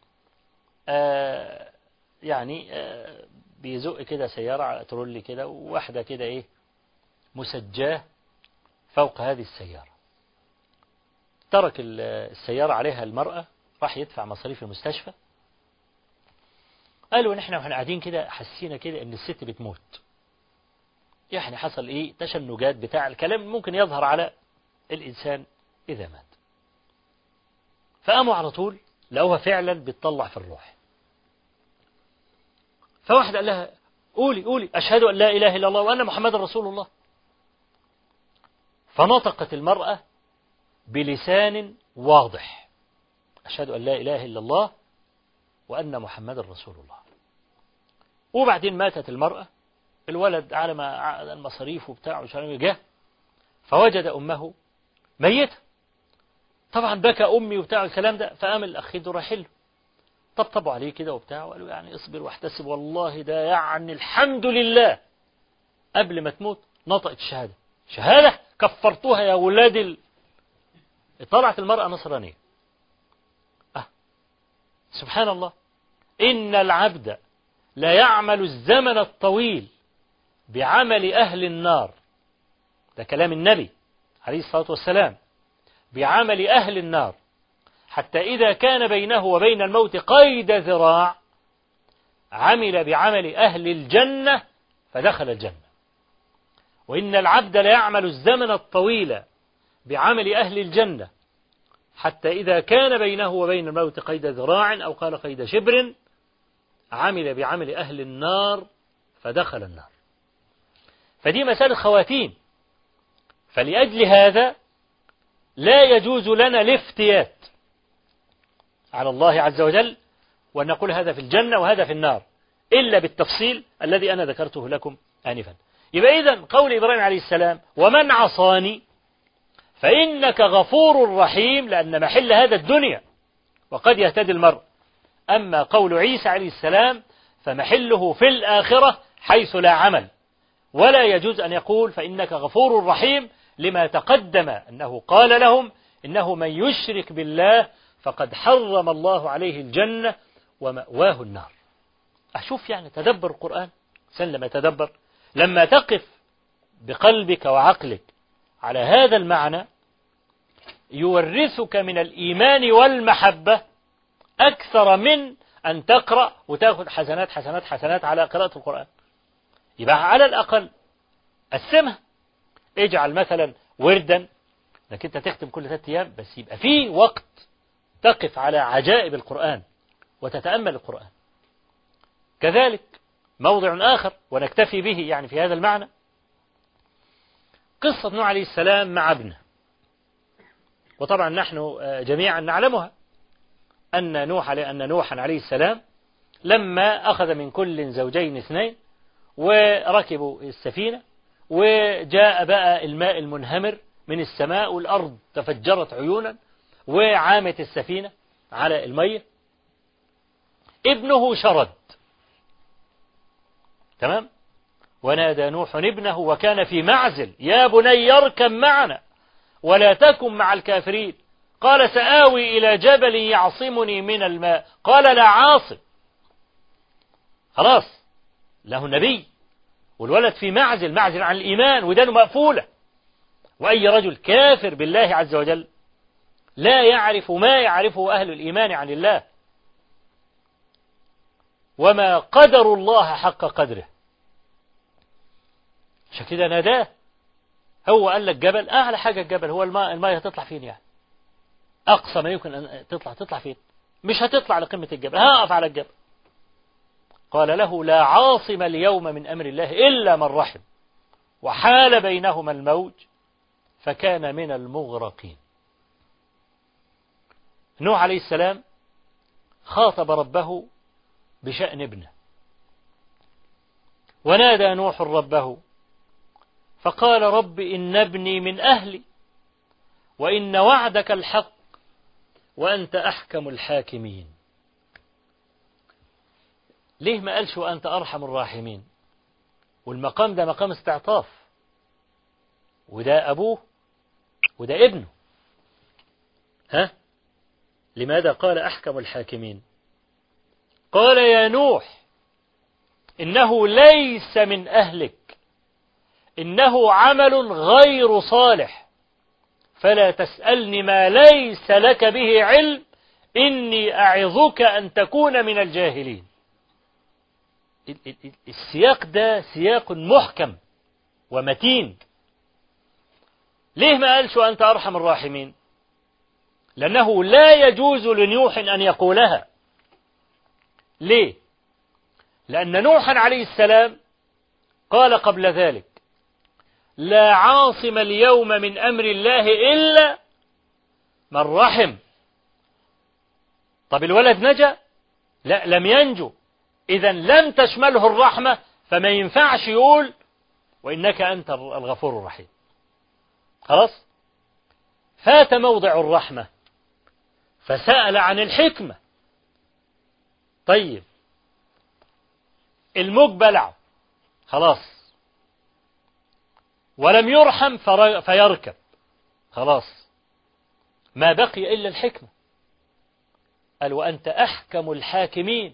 بيزق كده سيارة على ترولي كده، وواحدة كده إيه مسجاه فوق هذه السيارة. ترك السيارة عليها المرأة، راح يدفع مصاريف المستشفى. قالوا نحن واحنا قاعدين كده حسينا كده ان الست بتموت. يعني حصل ايه تشنجات بتاع الكلام ممكن يظهر على الانسان اذا مات. فقاموا على طول لقوها فعلا بتطلع في الروح. فواحد قال لها: قولي أشهد أن لا إله إلا الله وأن محمد رسول الله. فنطقت المرأة بلسان واضح: أشهد أن لا إله إلا الله وأن محمد رسول الله. وبعدين ماتت المرأة. الولد على ما المصاريف وبتاعه جه فوجد أمه ميتة. طبعا بكى أمي وبتاع الكلام ده. فقام الأخ ده راح له طبطبوا عليه كده وبتاع، وقالوا يعني اصبر واحتسب، والله ده يعني الحمد لله قبل ما تموت نطقت الشهادة. شهادة كفرتوها يا ولاد طلعت المرأة نصرانية. سبحان الله. إن العبد لا يعمل الزمن الطويل بعمل أهل النار، ده كلام النبي عليه الصلاة والسلام، بعمل أهل النار، حتى إذا كان بينه وبين الموت قيد ذراع عمل بعمل أهل الجنة فدخل الجنة. وإن العبد لا يعمل الزمن الطويل بعمل أهل الجنة حتى إذا كان بينه وبين الموت قيد ذراع أو قال قيد شبر عمل بعمل أهل النار فدخل النار. فدي مسألة خواتيم. فلأجل هذا لا يجوز لنا الافتيات على الله عز وجل وأن نقول هذا في الجنة وهذا في النار إلا بالتفصيل الذي أنا ذكرته لكم آنفا. يبقى إذن قول إبراهيم عليه السلام: ومن عصاني فإنك غفور رحيم، لأن محل هذا الدنيا وقد يهتدي المرء. أما قول عيسى عليه السلام فمحله في الآخرة حيث لا عمل، ولا يجوز أن يقول فإنك غفور رحيم لما تقدم أنه قال لهم: إنه من يشرك بالله فقد حرم الله عليه الجنة ومأواه النار. أشوف يعني تدبر القرآن لما تدبر، لما تقف بقلبك وعقلك على هذا المعنى يورثك من الإيمان والمحبة أكثر من أن تقرأ وتأخذ حسنات حسنات حسنات على قراءة القرآن. يبقى على الأقل قسمها، اجعل مثلا وردا انك انت تختم كل 3 أيام، بس يبقى فيه وقت تقف على عجائب القرآن وتتأمل القرآن. كذلك موضع آخر ونكتفي به يعني في هذا المعنى، قصة نوح عليه السلام مع ابنه. وطبعا نحن جميعا نعلمها أن نوحا عليه السلام لما أخذ من كل زوجين 2 وركبوا السفينة وجاء بقى الماء المنهمر من السماء والأرض تفجرت عيونا وعامت السفينة على المية، ابنه شرد. تمام. ونادى نوح ابنه وكان في معزل: يا بني اركب معنا ولا تكن مع الكافرين. قال: سآوي إلى جبل يعصمني من الماء. قال: لا عاصم. خلاص له نبي والولد في معزل عن الإيمان، ودانه مقفولة. وأي رجل كافر بالله عز وجل لا يعرف ما يعرفه أهل الإيمان عن الله، وما قدر الله حق قدره. عشان كده ناداه. هو قال لك جبل، أعلى حاجة الجبل، هو الماء هتطلع فين يعني؟ أقصى ما يمكن أن تطلع فين؟ مش هتطلع لقمة الجبل، هقف على الجبل. قال له لا عاصم اليوم من أمر الله إلا من رحم، وحال بينهما الموج فكان من المغرقين. نوح عليه السلام خاطب ربه بشأن ابنه، ونادى نوح ربه فقال رب إن ابني من أهلي وإن وعدك الحق وأنت أحكم الحاكمين. ليه ما قالش وأنت أرحم الراحمين؟ والمقام ده مقام استعطاف، وده أبوه وده ابنه. لماذا قال أحكم الحاكمين؟ قال يا نوح إنه ليس من أهلك، إنه عمل غير صالح، فلا تسألني ما ليس لك به علم، إني أعظك أن تكون من الجاهلين. السياق ده سياق محكم ومتين. ليه ما قالش وأنت أرحم الراحمين؟ لأنه لا يجوز لنوح أن يقولها. ليه؟ لأن نوحا عليه السلام قال قبل ذلك لا عاصم اليوم من أمر الله إلا من رحم. طب الولد نجا؟ لا، لم ينجو. إذا لم تشمله الرحمة، فما ينفعش يقول وإنك أنت الغفور الرحيم. خلاص؟ فات موضع الرحمة فسأل عن الحكمة. طيب الموج بلعه خلاص، ولم يرحم فيركب خلاص، ما بقي إلا الحكمة. قال وأنت أحكم الحاكمين،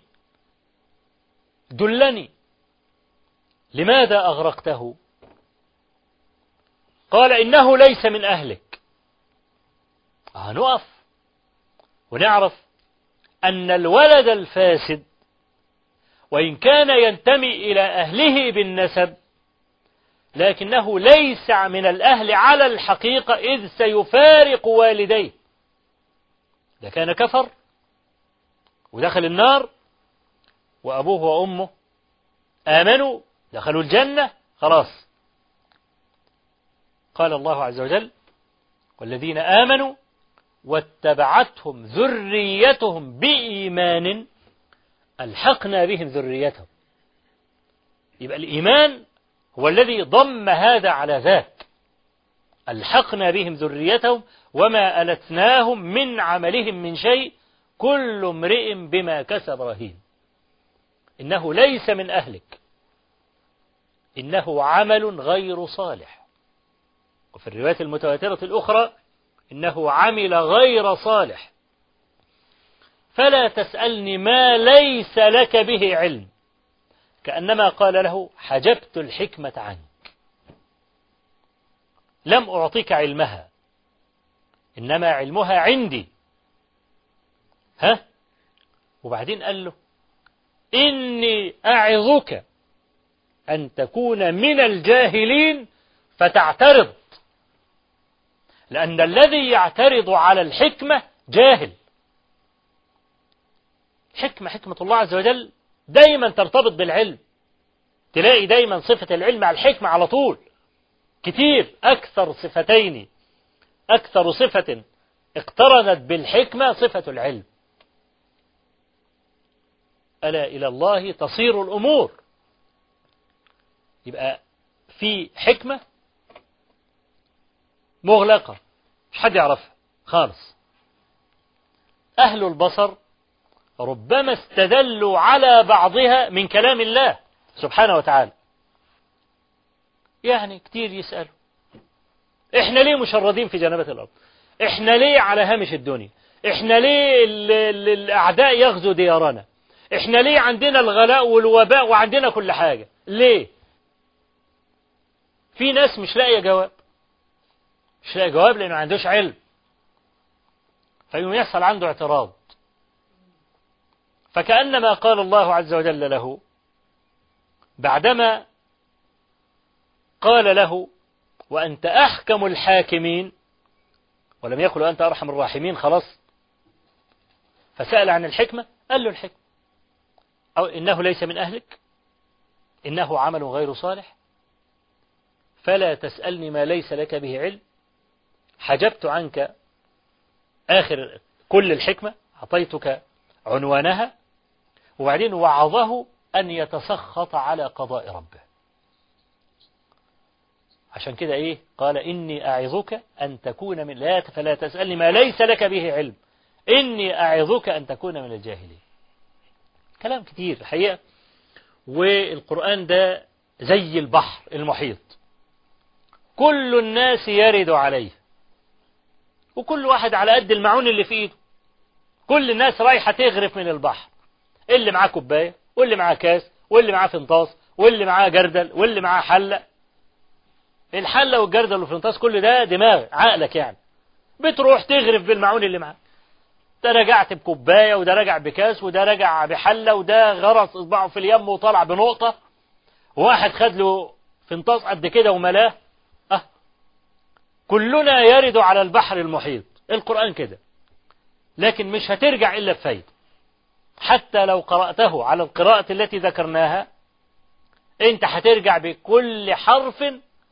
دلني لماذا أغرقته؟ قال إنه ليس من أهلك. نقف ونعرف أن الولد الفاسد وإن كان ينتمي إلى أهله بالنسب، لكنه ليس من الأهل على الحقيقة، إذ سيفارق والديه. ده كان كفر ودخل النار، وأبوه وأمه آمنوا دخلوا الجنة خلاص. قال الله عز وجل والذين آمنوا واتبعتهم ذريتهم بإيمان ألحقنا بهم ذريتهم. يبقى الإيمان هو الذي ضم هذا على ذاك. ألحقنا بهم ذريتهم وما ألتناهم من عملهم من شيء كل امرئ بما كسب رهين. إنه ليس من أهلك، إنه عمل غير صالح. وفي الروايات المتواترة الأخرى إنه عمل غير صالح، فلا تسألني ما ليس لك به علم. كأنما قال له حجبت الحكمة عنك، لم أعطيك علمها، إنما علمها عندي. وبعدين قال له إني أعظك أن تكون من الجاهلين فتعترض، لأن الذي يعترض على الحكمة جاهل. حكمة الله عز وجل دايما ترتبط بالعلم، تلاقي دايما صفة العلم على الحكمة على طول كتير. أكثر صفة اقترنت بالحكمة صفة العلم. ألا إلى الله تصير الأمور. يبقى في حكمة مغلقة مش حد يعرفها خالص. أهل البصر ربما استدلوا على بعضها من كلام الله سبحانه وتعالى. يعني كتير يسألوا إحنا ليه مشردين في جنبات الأرض؟ إحنا ليه على هامش الدنيا؟ إحنا ليه الأعداء يغزو ديارنا؟ إحنا ليه عندنا الغلاء والوباء وعندنا كل حاجة؟ ليه؟ في ناس مش لاقية جواب، مش لاقي جواب لأنه ما عندوش علم، فيقوم يحصل عنده اعتراض. فكأنما قال الله عز وجل له بعدما قال له وأنت أحكم الحاكمين، ولم يقل وأنت أرحم الراحمين خلاص، فسأل عن الحكمة، قال له الحكمة أو إنه ليس من أهلك، إنه عمل غير صالح، فلا تسألني ما ليس لك به علم، حجبت عنك آخر كل الحكمة، أعطيتك عنوانها، وبعدين وعظه أن يتسخط على قضاء ربه. عشان كده إيه قال إني أعظك أن تكون من لا فلا تسألني ما ليس لك به علم، إني أعظك أن تكون من الجاهلين. كلام كتير الحقيقة. والقرآن ده زي البحر المحيط، كل الناس يرد عليه، وكل واحد على قد المعون اللي في ايده. كل الناس رايحة تغرف من البحر، اللي معاه كوباية، واللي معاه كاس، واللي معاه فنطاس، واللي معاه جردل، واللي معاه حلة. الحلة والجردل والفنطاس كل ده دماغ عقلك يعني، بتروح تغرف بالمعون اللي معاه. ده رجعت بكوباية، وده رجع بكاس، وده رجع بحلة، وده غرس اصبعه في اليم وطلع بنقطة، وواحد خد له فنطاس قد كده وملاه. كلنا يرد على البحر المحيط. القرآن كده، لكن مش هترجع إلا بفايدة. حتى لو قرأته على القراءة التي ذكرناها، انت هترجع بكل حرف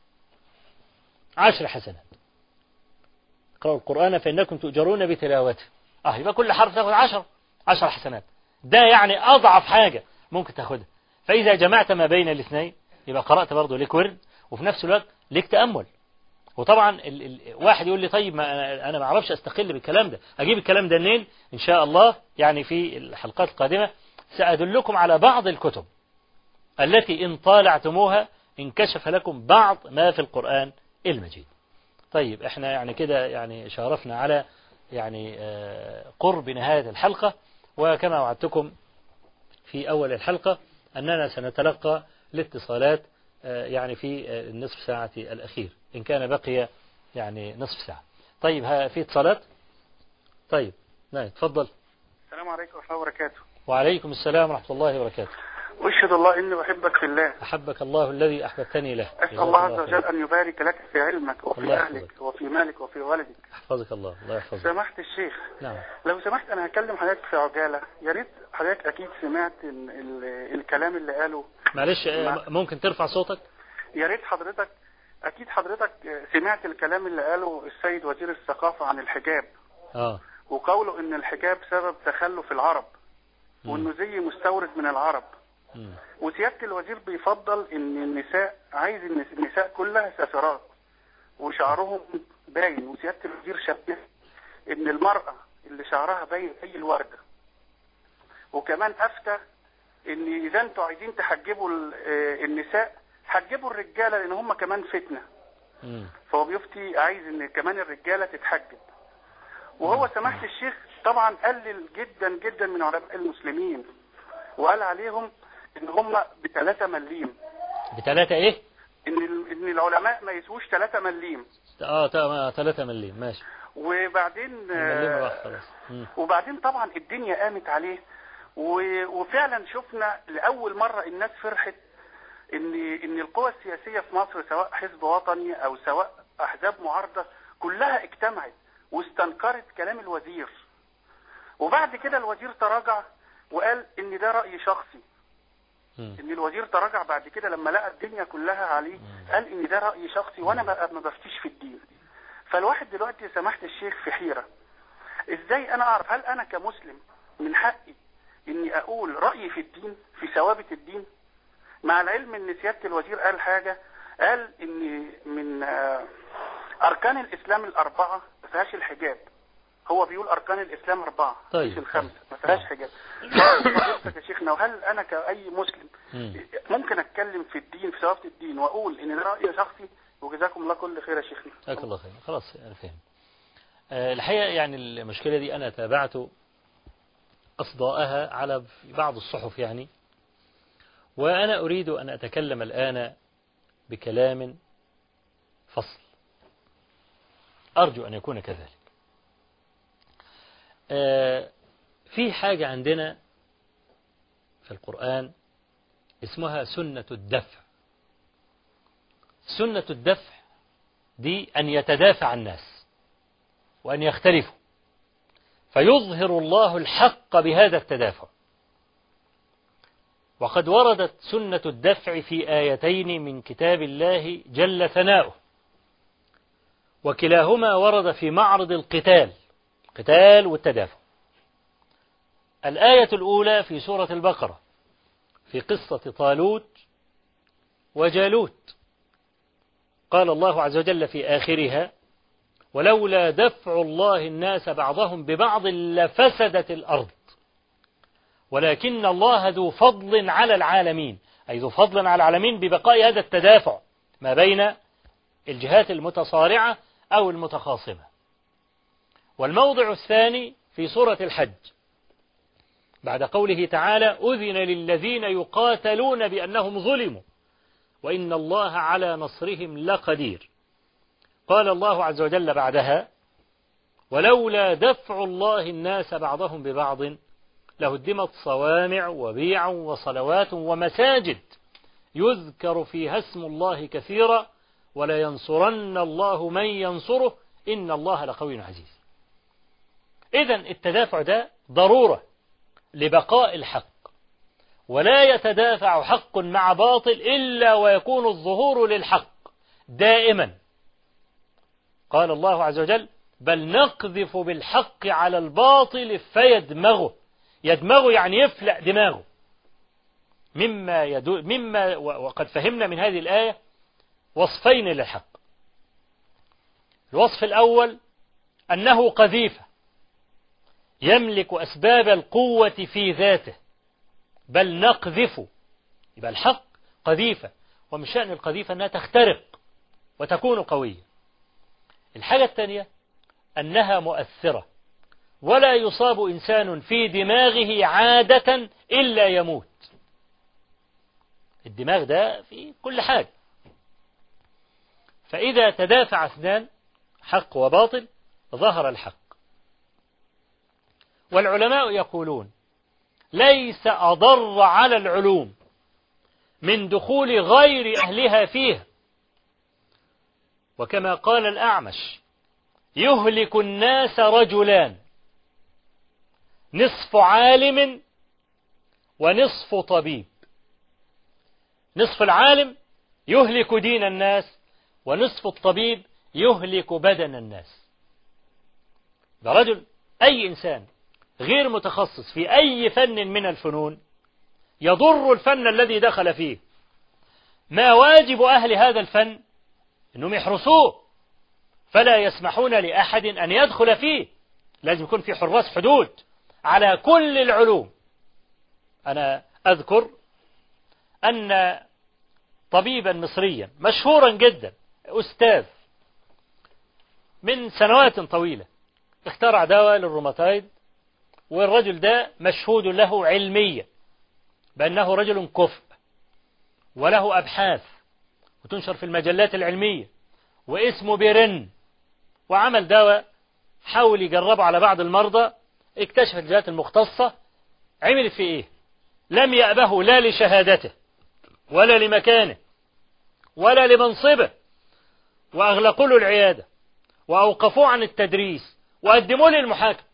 10 حسنات. اقرأوا القرآن فإنكم تؤجرون بتلاوته. يبقى كل حرف تاخد 10 حسنات. ده يعني أضعف حاجة ممكن تاخدها. فإذا جمعت ما بين الاثنين يبقى قرأت برضه لك ورد، وفي نفس الوقت لك تأمل. وطبعا واحد يقول لي طيب ما أنا ما أعرفش أستقل بالكلام ده، أجيب الكلام ده منين؟ إن شاء الله يعني في الحلقات القادمة سأدلكم على بعض الكتب التي إن طالعتموها انكشف لكم بعض ما في القرآن المجيد. طيب احنا يعني كده يعني شارفنا على يعني قرب نهاية الحلقة، وكما وعدتكم في أول الحلقة أننا سنتلقى الاتصالات يعني في النصف ساعة الأخير إن كان بقي يعني نصف ساعة. طيب في اتصالات؟ طيب نعم تفضل. السلام عليكم ورحمة الله وبركاته. وعليكم السلام ورحمة الله وبركاته. أشهد الله إني أحبك في الله. أحبك الله الذي أحببتني له. أسأل الله عز وجل أن يبارك لك في علمك وفي أهلك وفي مالك وفي والدك. أحفظك الله. الله يحفظك. سمحت الشيخ. نعم. لو سمحت أنا هكلم حضرتك في عجالة، يا ريت حضرتك أكيد سمعت الكلام اللي قاله. معلش ممكن ترفع صوتك؟ يا ريت حضرتك أكيد حضرتك سمعت الكلام اللي قاله السيد وزير الثقافة عن الحجاب. وقوله إن الحجاب سبب تخلف العرب، وإنه زي مستورد من العرب. وسيادة الوزير بيفضل ان النساء، عايز النساء كلها سافرات وشعرهم باين، وسيادة الوزير شبه ان المرأة اللي شعرها باين زي الوردة. وكمان افتى ان اذا انتوا عايزين تحجبوا النساء حجبوا الرجالة لان هم كمان فتنة. فهو بيفتي عايز ان كمان الرجالة تتحجب. وهو سماحة الشيخ طبعا قلل جدا جدا من علماء المسلمين، وقال عليهم ان هم ب3 مليم. ب3 ايه؟ ان العلماء ما يسووش 3 مليم. 3 مليم ماشي. وبعدين طبعا الدنيا قامت عليه، وفعلا شفنا لاول مرة الناس فرحت ان القوى السياسية في مصر سواء حزب وطني او سواء احزاب معارضة كلها اجتمعت واستنكرت كلام الوزير. وبعد كده الوزير تراجع وقال ان ده رأي شخصي. ان الوزير تراجع بعد كده لما لقى الدنيا كلها عليه، قال ان ده رأي شخصي وانا ما بفتيش في الدين. فالواحد دلوقتي سمحت الشيخ في حيرة، ازاي انا اعرف هل انا كمسلم من حقي اني اقول رأيي في الدين في ثوابت الدين، مع العلم ان سيادة الوزير قال حاجة، قال ان من اركان الاسلام ال4 ما فيهاش الحجاب. هو بيقول أركان الإسلام 4 مش ال5، ما فيهاش حجاب. يا شيخنا، وهل أنا كأي مسلم ممكن أتكلم في الدين في ثوابت الدين وأقول إن ده رأي شخصي؟ وجزاكم الله كل خير يا شيخنا. جزاك الله خير. خلاص أنا فهم. الحقيقة يعني المشكلة دي أنا تابعت أصداءها على بعض الصحف يعني، وأنا أريد أن أتكلم الآن بكلام فصل، أرجو أن يكون كذلك. في حاجة عندنا في القرآن اسمها سنة الدفع. سنة الدفع دي أن يتدافع الناس وأن يختلفوا، فيظهر الله الحق بهذا التدافع. وقد وردت سنة الدفع في آيتين من كتاب الله جل ثناؤه، وكلاهما ورد في معرض القتال والتدافع. الآية الأولى في سورة البقرة في قصة طالوت وجالوت، قال الله عز وجل في آخرها: ولولا دفع الله الناس بعضهم ببعض لفسدت الأرض ولكن الله ذو فضل على العالمين، أي ذو فضل على العالمين ببقاء هذا التدافع ما بين الجهات المتصارعة أو المتخاصمة. والموضع الثاني في سورة الحج بعد قوله تعالى: أذن للذين يقاتلون بأنهم ظلموا وإن الله على نصرهم لقدير. قال الله عز وجل بعدها: ولولا دفع الله الناس بعضهم ببعض لهدمت صوامع وبيع وصلوات ومساجد يذكر فيها اسم الله كثيرا ولينصرن الله من ينصره إن الله لقوي عزيز. إذن التدافع ده ضرورة لبقاء الحق، ولا يتدافع حق مع باطل إلا ويكون الظهور للحق دائما. قال الله عز وجل: بل نقذف بالحق على الباطل فيدمغه. يدمغه يعني يفلق دماغه. مما وقد فهمنا من هذه الآية وصفين للحق. الوصف الأول أنه قذيفة يملك أسباب القوة في ذاته، بل نقذف، يبقى الحق قذيفة، ومن شأن القذيفة أنها تخترق وتكون قوية. الحاجة الثانية أنها مؤثرة، ولا يصاب إنسان في دماغه عادة إلا يموت. الدماغ ده في كل حاجة. فإذا تدافع اثنان حق وباطل ظهر الحق. والعلماء يقولون: ليس أضر على العلوم من دخول غير أهلها فيها. وكما قال الأعمش: يهلك الناس رجلان، نصف عالم ونصف طبيب. نصف العالم يهلك دين الناس، ونصف الطبيب يهلك بدن الناس. ده رجل، أي إنسان غير متخصص في أي فن من الفنون يضر الفن الذي دخل فيه. ما واجب أهل هذا الفن أنهم يحرسوه، فلا يسمحون لأحد أن يدخل فيه. لازم يكون في حراس حدود على كل العلوم. أنا أذكر أن طبيبا مصريا مشهورا جدا، أستاذ من سنوات طويلة، اخترع دواء للروماتايد، والرجل ده مشهود له علميا بأنه رجل كفء وله أبحاث وتنشر في المجلات العلمية، واسمه بيرن. وعمل دواء حاول يجربه على بعض المرضى، اكتشفت الجهات المختصة عملت فيه ايه؟ لم يأبه لا لشهادته ولا لمكانه ولا لمنصبه، وأغلقوا له العيادة وأوقفوه عن التدريس وقدموا له المحاكمة.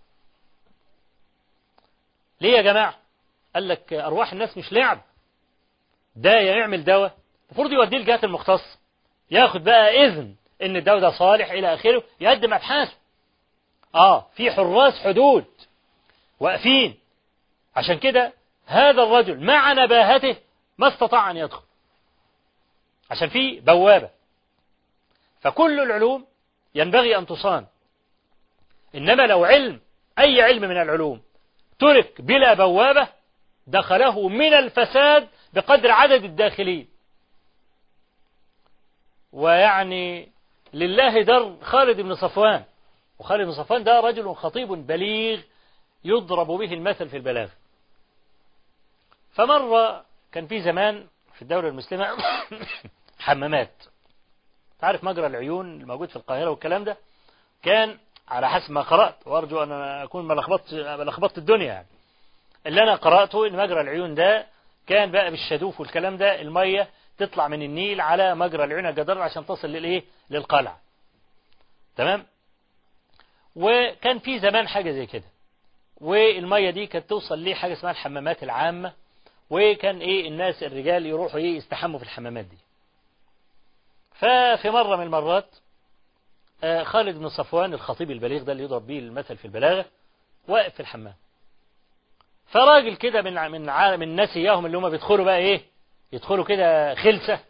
ليه يا جماعة؟ قال لك أرواح الناس مش لعب. ده يعمل دواء المفروض يوديه الجهات المختصة، ياخد بقى إذن إن الدواء ده صالح إلى آخره، يقدم أبحاثه. في حراس حدود واقفين. عشان كده هذا الرجل مع نباهته ما استطاع أن يدخل، عشان فيه بوابة. فكل العلوم ينبغي أن تصان، إنما لو أي علم من العلوم ترك بلا بوابة دخله من الفساد بقدر عدد الداخلين. ويعني لله در خالد بن صفوان، وخالد بن صفوان ده رجل خطيب بليغ يضرب به المثل في البلاغة. فمرة كان في زمان في الدولة المسلمة حمامات، تعرف مجرى العيون الموجود في القاهرة والكلام ده كان على حسب ما قرأت، وأرجو أن أكون ما لخبطت الدنيا يعني. اللي أنا قرأته إن مجرى العيون ده كان بقى بالشدوف والكلام ده، المية تطلع من النيل على مجرى العيون الجدار عشان تصل للإيه؟ للقلعة. تمام. وكان في زمان حاجة زي كده، والمية دي كانت توصل ليه حاجة اسمها الحمامات العامة، وكان إيه الناس الرجال يروحوا إيه يستحموا في الحمامات دي. ففي مرة من المرات خالد بن صفوان الخطيب البليغ ده اللي يضرب به المثل في البلاغة واقف في الحمام، فراجل كده من الناس اياهم اللي هم بيدخلوا بقى ايه، يدخلوا كده خلسة،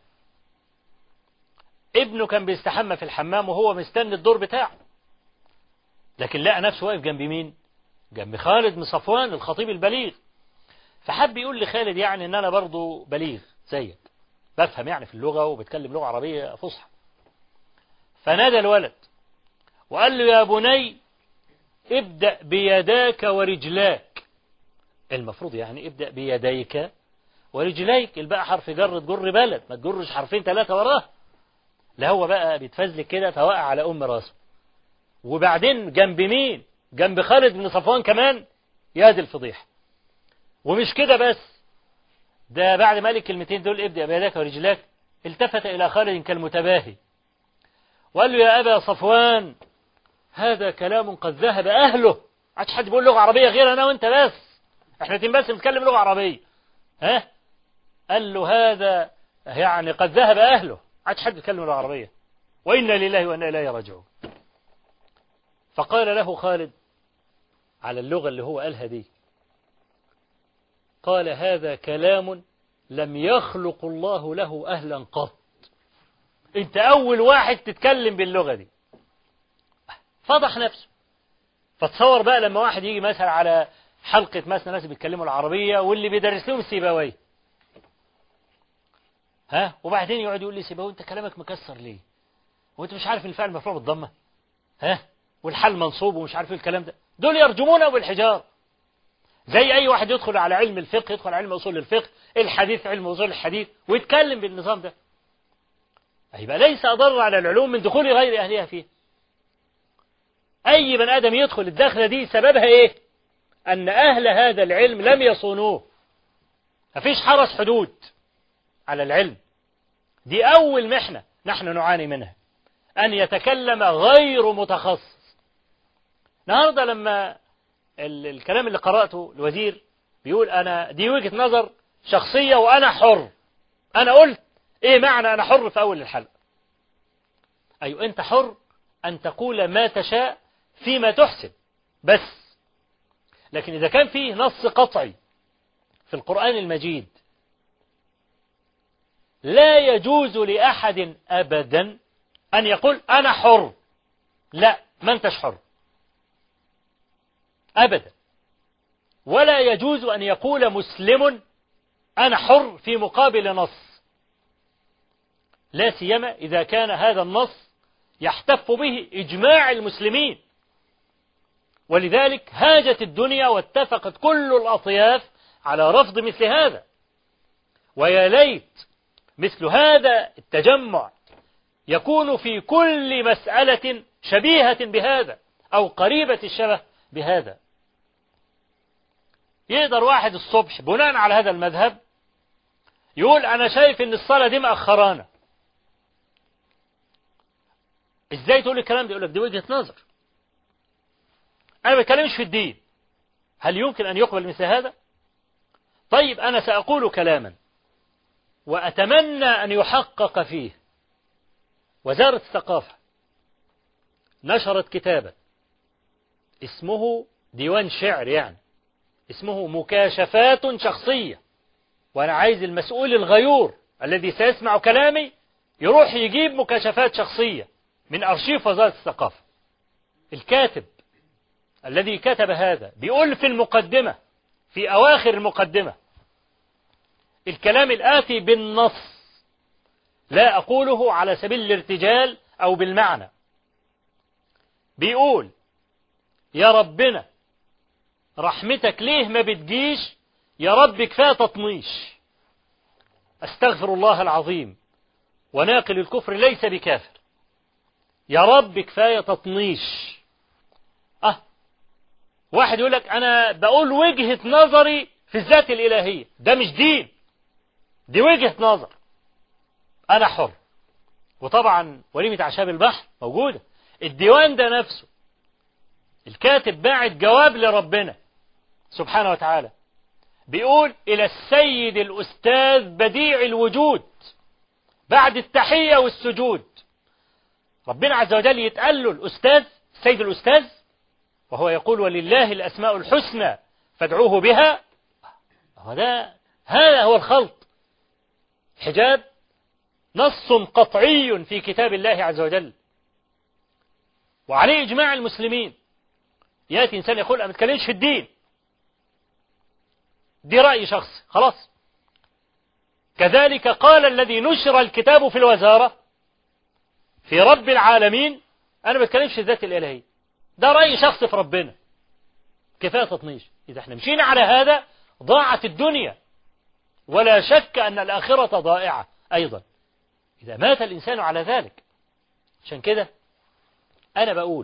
ابنه كان بيستحمى في الحمام وهو مستني الدور بتاعه، لكن لقى نفسه واقف جنب مين؟ جنب خالد بن صفوان الخطيب البليغ. فحب يقول لخالد يعني ان انا برضو بليغ زيك، بفهم يعني في اللغة وبتكلم لغة عربية فصحى. فنادى الولد وقال له يا بني ابدأ بيداك ورجلاك. المفروض يعني ابدأ بيديك ورجليك، الباقي حرف جر تجر بلد، ما تجرش حرفين ثلاثة وراه. لا هو بقى بيتفزلك كده فوقع على أم راسه. وبعدين جنب مين؟ جنب خالد بن صفوان كمان، يا دي الفضيحة. ومش كده بس، ده بعد ما قال الكلمتين دول ابدأ بيداك ورجلاك، التفت إلى خالد كالمتباهي وقال له يا أبا صفوان هذا كلام قد ذهب أهله، عادش حد بيقول لغة عربية غير أنا وأنت بس، احنا بس بنتكلم لغة عربية. ها؟ قال له هذا يعني قد ذهب أهله، عادش حد بيتكلم لغة عربية، وإنا لله وإنا إليه راجعون. فقال له خالد على اللغة اللي هو قالها دي، قال هذا كلام لم يخلق الله له أهلا قط، انت أول واحد تتكلم باللغة دي. فضح نفسه. فتصور بقى لما واحد يجي مثلا على حلقة مثلا ناس بيتكلموا العربية واللي بيدرس لهم سيبويه، ها، وبعدين يقعد يقول لي سيبويه انت كلامك مكسر ليه؟ وانت مش عارف الفعل مرفوع بالضمة، ها، والحال منصوب ومش عارف الكلام ده، دول يرجمونه بالحجار. زي اي واحد يدخل على علم الفقه، يدخل على علم اصول الفقه، الحديث علم اصول الحديث، ويتكلم بالنظام ده، يبقى ليس اضر على العلوم من دخول غير اهلها فيه. أي بني آدم يدخل الدخلة دي سببها إيه؟ أن أهل هذا العلم لم يصونوه، مفيش حرس حدود على العلم. دي أول محنة نحن نعاني منها، أن يتكلم غير متخصص. النهاردة لما الكلام اللي قرأته الوزير بيقول أنا دي وجهة نظر شخصية وأنا حر، أنا قلت إيه معنى أنا حر في أول الحلقة؟ أيوة أنت حر أن تقول ما تشاء فيما تحسن بس، لكن إذا كان فيه نص قطعي في القرآن المجيد لا يجوز لأحد أبدا أن يقول أنا حر، لا، ما أنتش حر أبدا. ولا يجوز أن يقول مسلم أنا حر في مقابل نص، لا سيما إذا كان هذا النص يحتف به إجماع المسلمين. ولذلك هاجت الدنيا واتفقت كل الأطياف على رفض مثل هذا. ويا ليت مثل هذا التجمع يكون في كل مسألة شبيهة بهذا أو قريبة الشبه بهذا. يقدر واحد الصبح بناء على هذا المذهب يقول أنا شايف إن الصلاة دي مأخرانا. إزاي تقول الكلام ده؟ يقول لك دي وجهة نظر، أنا ما بتكلمش في الدين، هل يمكن أن يقبل مثل هذا؟ طيب أنا سأقول كلاما وأتمنى أن يحقق فيه. وزارة الثقافة نشرت كتابا اسمه ديوان شعر، يعني اسمه مكاشفات شخصية، وأنا عايز المسؤول الغيور الذي سيسمع كلامي يروح يجيب مكاشفات شخصية من أرشيف وزارة الثقافة. الكاتب الذي كتب هذا بيقول في المقدمة، في أواخر المقدمة، الكلام الآتي بالنص، لا أقوله على سبيل الارتجال أو بالمعنى. بيقول يا ربنا رحمتك ليه ما بتجيش، يا رب كفاية تطنيش، أستغفر الله العظيم، وناقل الكفر ليس بكافر، يا رب كفاية تطنيش. واحد يقول لك أنا بقول وجهة نظري في الذات الإلهية، ده مش دين، دي وجهة نظر، أنا حر. وطبعا وليمة أعشاب البحر موجودة، الديوان ده نفسه الكاتب باعت جواب لربنا سبحانه وتعالى، بيقول إلى السيد الأستاذ بديع الوجود بعد التحية والسجود. ربنا عز وجل يتقال له الأستاذ، السيد الأستاذ، وهو يقول ولله الأسماء الحسنى فادعوه بها. هذا هو الخلط. حجاب نص قطعي في كتاب الله عز وجل وعليه إجماع المسلمين. يأتي إنسان يقول أنا ما بتكلمش في الدين، دي رأي شخصي، خلاص. كذلك قال الذي نشر الكتاب في الوزارة في رب العالمين أنا ما بتكلمش في الذات الإلهية، ده رأي شخصي في ربنا، كفاية تطنيش. إذا احنا مشينا على هذا ضاعت الدنيا، ولا شك أن الآخرة ضائعة أيضا إذا مات الإنسان على ذلك. عشان كده أنا بقول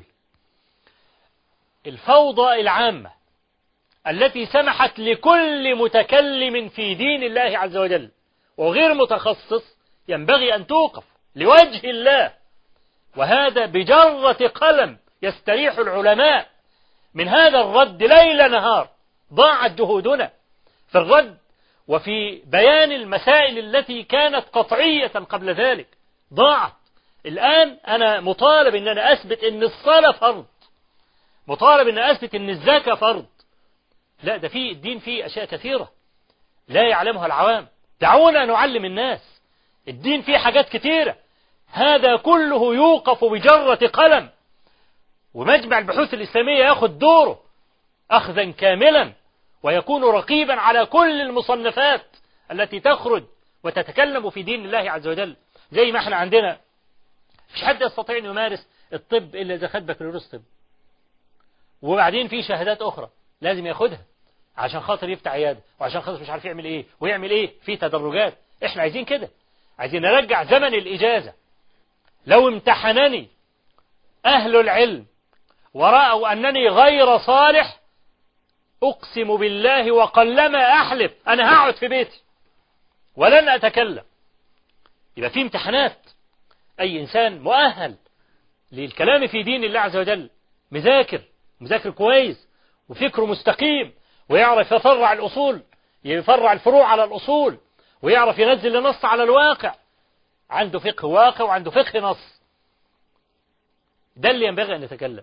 الفوضى العامة التي سمحت لكل متكلم في دين الله عز وجل وغير متخصص ينبغي أن توقف لوجه الله، وهذا بجرة قلم يستريح العلماء من هذا الرد ليل نهار. ضاعت جهودنا في الرد وفي بيان المسائل التي كانت قطعية قبل ذلك، ضاعت. الآن أنا مطالب أن أنا أثبت أن الصلاة فرض، مطالب أن أثبت أن الزكاة فرض. لا، ده في الدين فيه أشياء كثيرة لا يعلمها العوام، دعونا نعلم الناس. الدين فيه حاجات كثيرة، هذا كله يوقف بجرة قلم، ومجمع البحوث الإسلامية يأخذ دوره أخذا كاملا، ويكون رقيبا على كل المصنفات التي تخرج وتتكلم في دين الله عز وجل. زي ما احنا عندنا مش حد يستطيع أن يمارس الطب إلا إذا خد بكالوريوس طب، وبعدين في شهادات أخرى لازم ياخدها عشان خاطر يفتح عيادة، وعشان خاطر مش عارف يعمل إيه ويعمل إيه، في تدرجات. احنا عايزين كده، عايزين نرجع زمن الإجازة. لو امتحنني أهل العلم ورأوا أنني غير صالح أقسم بالله وقلما أحلف أنا هقعد في بيتي ولن أتكلم. يبقى في امتحانات. أي إنسان مؤهل للكلام في دين الله عز وجل مذاكر كويس وفكره مستقيم، ويعرف يفرع الأصول، يفرع الفروع على الأصول، ويعرف ينزل النص على الواقع، عنده فقه واقع وعنده فقه نص، ده اللي ينبغي أن نتكلم.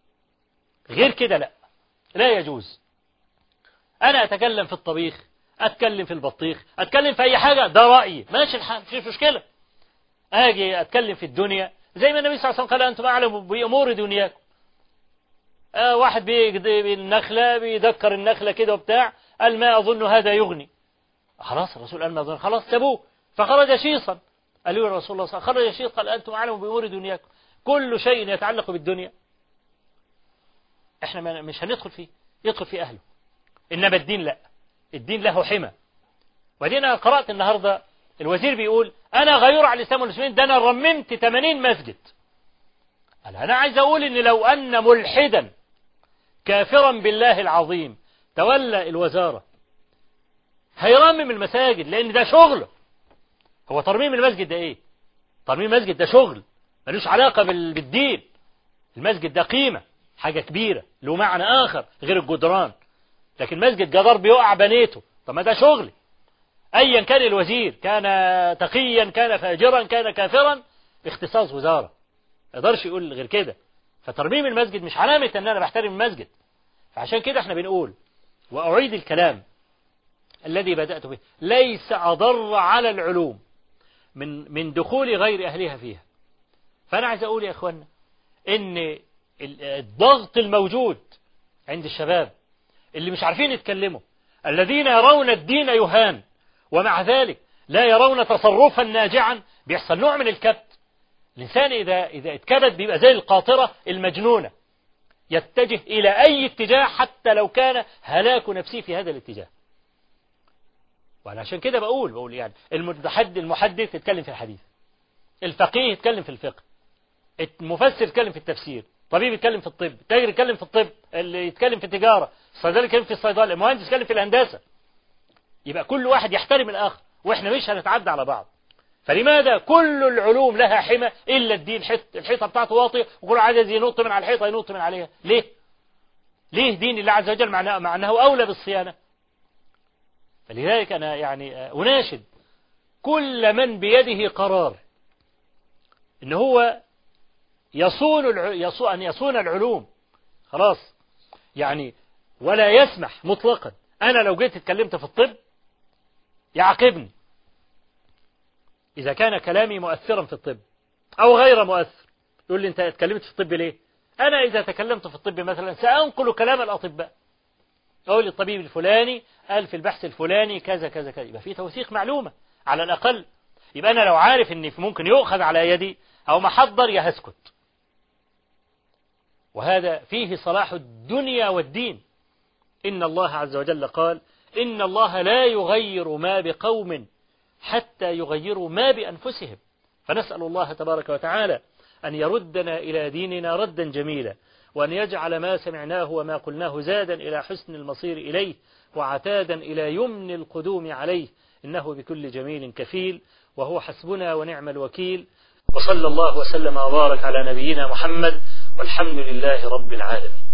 غير كده لا يجوز. أنا أتكلم في الطبيخ، أتكلم في البطيخ، أتكلم في أي حاجة، ده رأيي، ماشي الحال، مفيش مشكلة. أجي أتكلم في الدنيا زي ما النبي صلى الله عليه وسلم قال أنتم أعلم بأمور دنياكم. واحد بالنخلة بيذكر النخلة كده وبتاع، قال ما أظن هذا يغني. خلاص الرسول قال ما أظن، خلاص سابوه، فخرج شيصا. قالوا يا رسول الله صلى الله عليه وسلم خرج شيص، قال أنتم أعلم بأمور دنياكم. كل شيء يتعلق بالدنيا احنا مش هندخل فيه، يدخل فيه أهله. إنما الدين لا، الدين له حمى. وبعدين أنا قرأت النهاردة الوزير بيقول أنا غيور على الإسلام والمسلمين، ده أنا رممت 80 مسجد. أنا عايز أقول إن لو أن ملحدا كافرا بالله العظيم تولى الوزارة هيرمم المساجد، لأن ده شغله. هو ترميم المسجد ده إيه؟ ترميم المسجد ده شغل ملوش علاقة بالدين. المسجد ده قيمة، حاجة كبيرة، له معنى آخر غير الجدران. لكن مسجد جدار بيقع بنيته، طب ما ده شغلي. أيا كان الوزير، كان تقيا كان فاجرا كان كافرا، اختصاص وزارة، ما يقدرش يقول غير كده. فترميم المسجد مش علامة أن أنا بحترم المسجد. فعشان كده احنا بنقول، وأعيد الكلام الذي بدأت به، ليس أضر على العلوم من دخول غير أهلها فيها. فأنا عايز أقول يا أخوانا إن الضغط الموجود عند الشباب اللي مش عارفين يتكلموا، الذين يرون الدين يهان ومع ذلك لا يرون تصرفا ناجعا، بيحصل نوع من الكبت. الإنسان إذا اتكبت بيبقى زي القاطرة المجنونة، يتجه إلى أي اتجاه حتى لو كان هلاك نفسه في هذا الاتجاه. وأنا عشان كده بقول يعني المحدث يتكلم في الحديث، الفقيه يتكلم في الفقه، المفسر يتكلم في التفسير، طبيب يتكلم في الطب، تاجر يتكلم في الطب، اللي يتكلم في التجارة، الصيدلي يتكلم في الصيدلة، المهندس يتكلم في الهندسة. يبقى كل واحد يحترم الآخر، وإحنا مش هنتعدى على بعض. فلماذا كل العلوم لها حمى إلا الدين؟ الحيطة بتاعته واطية، وكل عايز ينط من على الحيطة ينط من عليها. ليه؟ ليه دين الله عز وجل مع أنه أولى بالصيانة؟ فلذلك أنا يعني أناشد كل من بيده قرار إن هو أن يصون العلوم، خلاص يعني، ولا يسمح مطلقا. أنا لو جيت اتكلمت في الطب يعاقبني إذا كان كلامي مؤثرا في الطب أو غير مؤثر، يقول لي أنت اتكلمت في الطب ليه؟ أنا إذا تكلمت في الطب مثلا سأنقل كلام الأطباء، أقول الطبيب الفلاني قال في البحث الفلاني كذا كذا كذا، يبقى في توثيق معلومة على الأقل. يبقى أنا لو عارف إن ممكن يؤخذ على يدي أو محضر يا هسكت. وهذا فيه صلاح الدنيا والدين. إن الله عز وجل قال إن الله لا يغير ما بقوم حتى يغيروا ما بأنفسهم. فنسأل الله تبارك وتعالى أن يردنا إلى ديننا ردا جميلا، وأن يجعل ما سمعناه وما قلناه زادا إلى حسن المصير إليه، وعتادا إلى يمن القدوم عليه، إنه بكل جميل كفيل، وهو حسبنا ونعم الوكيل. وصلى الله وسلم وبارك على نبينا محمد، والحمد لله رب العالمين.